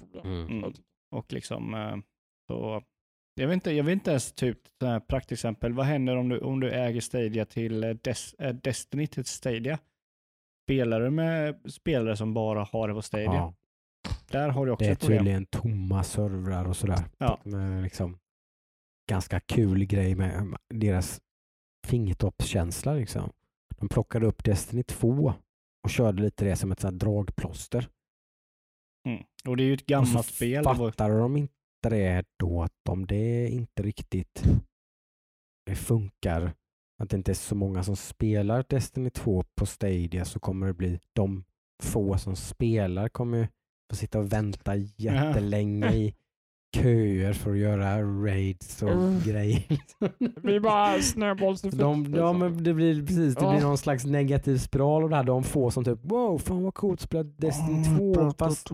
Och liksom så jag vet inte ens typ praktexempel. Vad händer om du äger Stadia till Destiny till Stadia? Spelar du med spelare som bara har det på Stadia? Ja. Där har du också det är ett problem. tydligen tomma servrar och sådär. Ja. Med liksom ganska kul grej med deras fingertoppskänsla liksom. De plockade upp Destiny 2 och körde lite det som ett sånt dragplåster. Och det är ju ett gammalt spel. Fattar de inte det då, att om det inte riktigt det funkar, att det inte är så många som spelar Destiny 2 på Stadia, så kommer det bli de få som spelar kommer få sitta och vänta jättelänge i köer för att göra raids och grejer. Det blir bara snöbollseffekt. Ja, men det blir precis, det blir någon slags negativ spiral och det här, de få som typ wow, fan vad coolt, spela Destiny 2 fast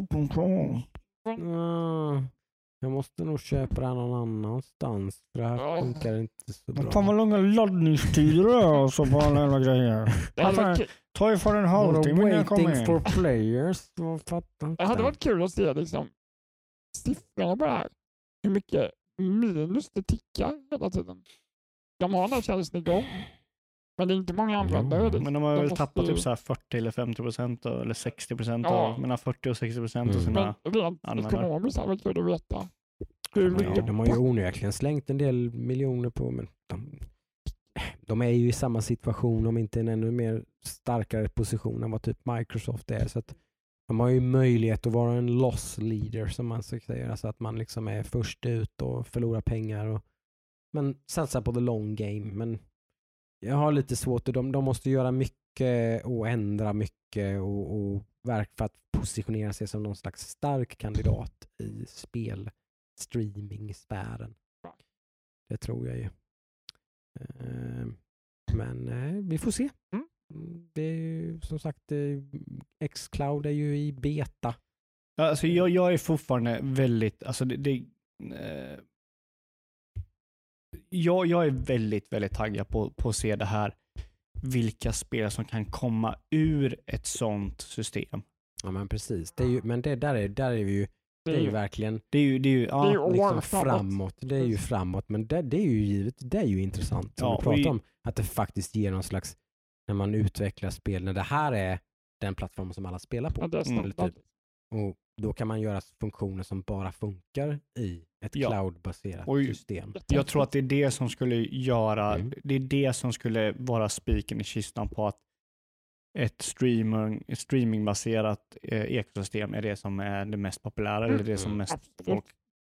jag måste nog köpa den någon annanstans, för det här funkar inte så bra. Fan vad långa laddningstider det är så på alla jävla grejer. Ta ju för en halvtimme när jag kommer in. Waiting for players. Det hade varit kul att se liksom siffrorna på det här. Hur mycket minus det tickar hela tiden. De har den här tjänsten igång. Men det är inte många användare. Men de har väl tappat typ så här 40 eller 50% eller 60% av mellan 40 och 60% av sina användare. Ekonomiskt är det kul att veta. De har ju onekligen slängt en del miljoner på, men de är ju i samma situation, om inte en ännu mer starkare position än vad typ Microsoft är, så att de har ju möjlighet att vara en loss leader som man säger, alltså att man liksom är först ut och förlorar pengar men satsa på the long game. Men jag har lite svårt, de måste göra mycket och ändra mycket och verka för att positionera sig som någon slags stark kandidat i streaming-sfären. Det tror jag ju. Men vi får se. Det är ju, som sagt, xCloud är ju i beta. Alltså jag är fortfarande väldigt, alltså jag är väldigt, väldigt taggad på att se det här. Vilka spel som kan komma ur ett sånt system. Ja, men precis. Det är ju, men där är vi ju. Det är ju verkligen. Det är ju liksom framåt. Det är ju framåt, men det är ju givet. Det är ju intressant. Som vi pratar om att det faktiskt ger någon slags, när man utvecklar spel, när det här är den plattformen som alla spelar på. Typ. Och då kan man göra funktioner som bara funkar i Ett cloud-baserat system. Jag tror att det är det som skulle göra, det är det som skulle vara spiken i kistan på att ett streamingbaserat ekosystem är det som är det mest populära eller det som mest folk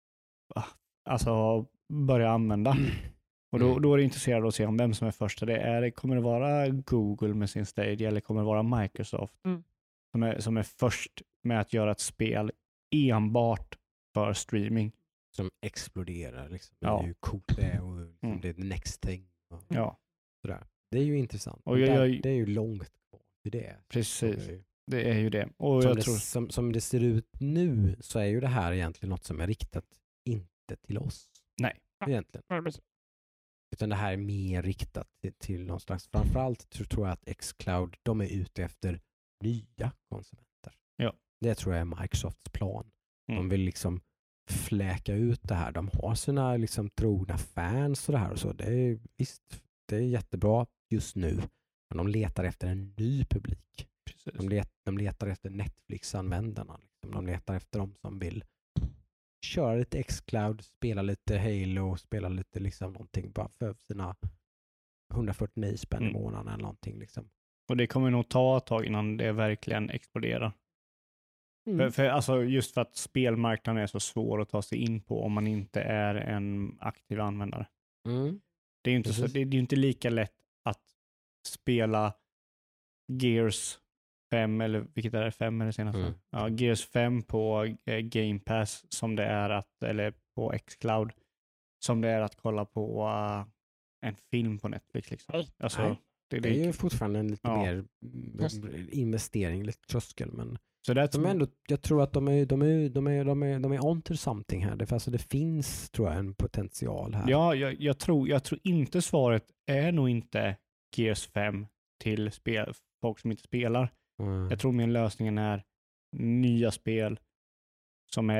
börjar använda. Och då är det intresserad att se om vem som är först. Kommer det vara Google med sin Stadia eller kommer det vara Microsoft som är först med att göra ett spel enbart för streaming? Som exploderar. Liksom. Det är ju coolt det och liksom det är the next thing. Och sådär. Det är ju intressant. Och det är ju långt kvar till det. Precis. Det är ju det. Och som det ser ut nu så är ju det här egentligen något som är riktat inte till oss. Nej. Egentligen. Utan det här är mer riktat till någon slags, framförallt tror jag att xCloud, de är ute efter nya konsumenter. Ja. Det tror jag är Microsofts plan. De vill liksom fläka ut det här. De har sina liksom trogna fans och det här och så. Det är visst, det är jättebra just nu. Men de letar efter en ny publik. De letar efter Netflix-användarna. Liksom. De letar efter de som vill köra lite xCloud, spela lite Halo, spela lite liksom någonting bara för sina 149 spänn i månaden eller någonting liksom. Och det kommer nog ta ett tag innan det verkligen exploderar. För just för att spelmarknaden är så svår att ta sig in på om man inte är en aktiv användare. Det är ju inte det är inte lika lätt att spela Gears 5 eller vilket är det, 5 eller senaste? Ja, Gears 5 på Game Pass som det är eller på xCloud som det är att kolla på en film på Netflix liksom. Alltså, det är ju fortfarande en lite mer investering, lite tröskel, men så jag tror att de är on to something här. Det finns, tror jag, en potential här. Ja, jag tror inte svaret är nog inte Gears 5 till folk som inte spelar. Jag tror min lösningen är nya spel som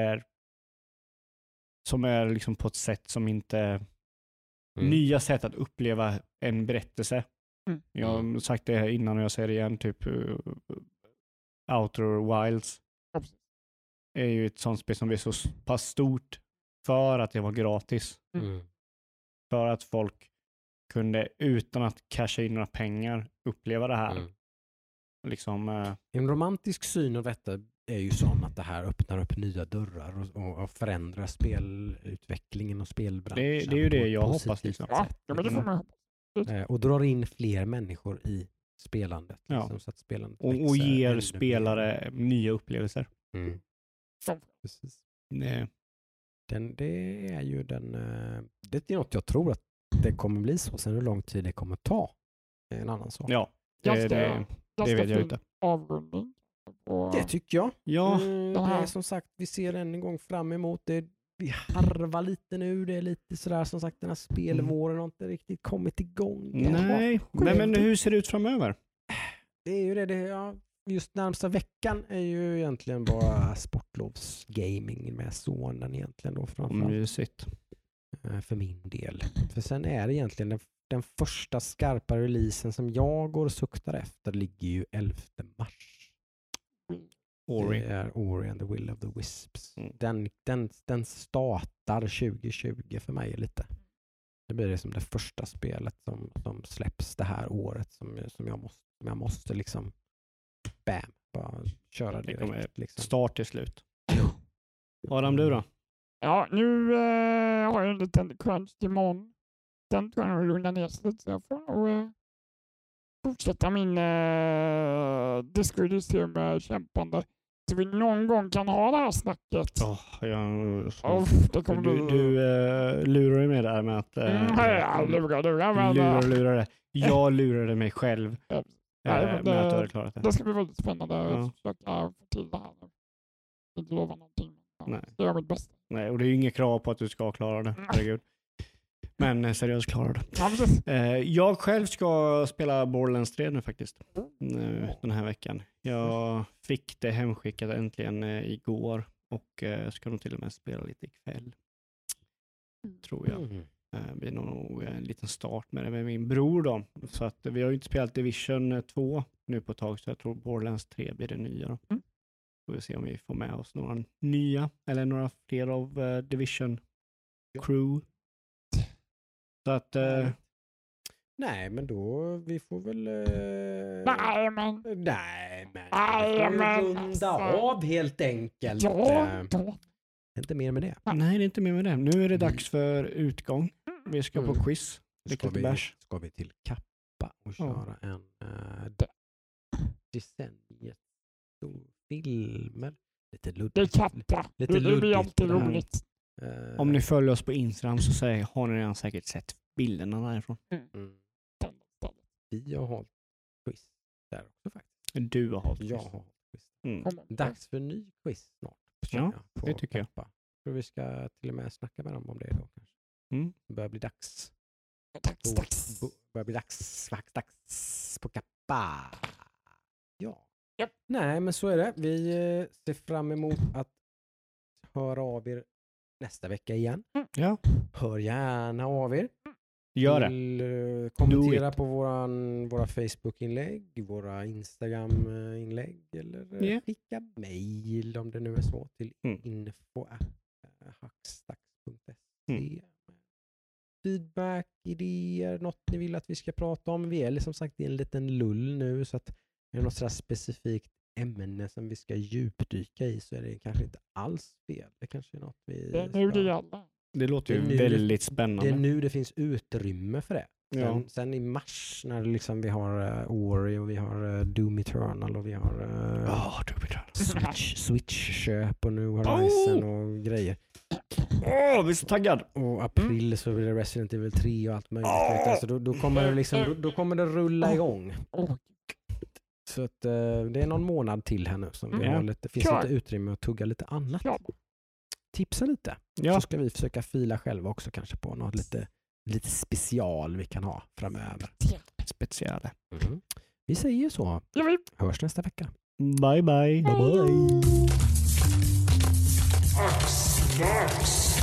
är liksom på ett sätt som inte nya sätt att uppleva en berättelse. Jag har sagt det innan och jag säger det igen, typ Outer Wilds är ju ett sånt spel som blir så pass stort för att det var gratis. För att folk kunde utan att casha in några pengar uppleva det här. Liksom, en romantisk syn av detta är ju sån att det här öppnar upp nya dörrar och förändrar spelutvecklingen och spelbranschen. Det är ju det jag hoppas. Liksom. Och drar in fler människor i spelandet. Liksom, så att spelandet och ger spelare nya upplevelser. Precis. Det är ju det är något jag tror att det kommer bli så. Sen hur lång tid det kommer ta är en annan sak. Ja, det vet jag inte. Avrundning. Det tycker jag. Ja. Det är som sagt, vi ser en gång fram emot det. Vi harvar lite nu. Det är lite sådär, som sagt, den här spelvåren har inte riktigt kommit igång. Nej, men hur ser det ut framöver? Det är ju det. Just närmsta veckan är ju egentligen bara sportlovsgaming med sonen egentligen då framförallt. Mysigt. För min del. För sen är det egentligen den första skarpa releasen som jag går och suktar efter ligger ju 11 mars. Ori. Det är Ori and the Will of the Wisps. Den startar 2020 för mig lite. Det blir liksom det första spelet som släpps det här året som jag måste liksom bara köra direkt. Liksom. Start till slut. Adam, du då? Ja, nu har jag en liten crunch imorgon. Den tror jag lugna ner sig lite så jag får fortsätta min Discord kämpande. Så vi någon gång kan ha det här snacket. Det kommer du lurar med där med att lurar det. Jag lurade mig själv med att du hade klarat det. Det ska bli väldigt spännande att försöka få till det här. Inte lova någonting. Nej. Jag gör mitt bästa. Nej, och det är ju inget krav på att du ska klara det. Herregud. Men seriöst klarar det. Jag själv ska spela Borderlands 3 nu faktiskt. Den här veckan. Jag fick det hemskickat äntligen igår. Och ska nog till och med spela lite ikväll. Tror jag. Det blir nog en liten start med det med min bror då. Så att vi har ju inte spelat Division 2 nu på ett tag. Så jag tror Borderlands 3 blir det nya då. Får vi se om vi får med oss några nya. Eller några fler av Division crew. Så att... Nej, men då vi får väl... Nej, men runda av helt enkelt. Ja, Inte mer med det. Nej, det är inte mer med det. Nu är det dags för utgång. Vi ska på quiz. Lycka till bärs. Ska vi till Kappa och köra en decenniet filmer. Lite luddigt. det är Kappa. Det blir alltid roligt. Om ni följer oss på Instagram så har ni redan säkert sett bilderna därifrån. Vi har hållit quiz där också faktiskt. Du har hållit quiz. Jag har hållit quiz. Dags för ny quiz snart. Ja, det tycker Kappa. Jag tror vi ska till och med snacka med dem om det då kanske. Det börjar bli dags. Börjar bli dags på Kappa. Ja. Yep. Nej, men så är det. Vi ser fram emot att höra av er nästa vecka igen. Ja. Hör gärna av er. Gör det. Kommentera på våra Facebook-inlägg, våra Instagram-inlägg eller skicka mejl om det nu är så till info@hackstacks.se. Feedback, idéer, något ni vill att vi ska prata om. Vi är som sagt i en liten lull nu, så att är det något sådär specifikt ämne som vi ska djupdyka i så är det kanske inte alls fel. Det kanske är något vi det är nu det gäller. Det låter ju väldigt spännande. Det är nu det finns utrymme för det. Sen i mars när liksom vi har Ori och vi har Doom Eternal och vi har Doom Eternal. Switch-köp och nu Horizon och grejer. Vi är så taggad. Och april så blir det Resident Evil 3 och allt möjligt. Alltså då kommer det liksom, då kommer det rulla igång. Så att, det är någon månad till här nu som vi har lite, finns lite utrymme att tugga lite annat. Tipsa lite. Så ska vi försöka fila själva också kanske på något lite special vi kan ha framöver. Speciale. Vi säger så. Hörs nästa vecka. Bye bye. Bye bye. Max.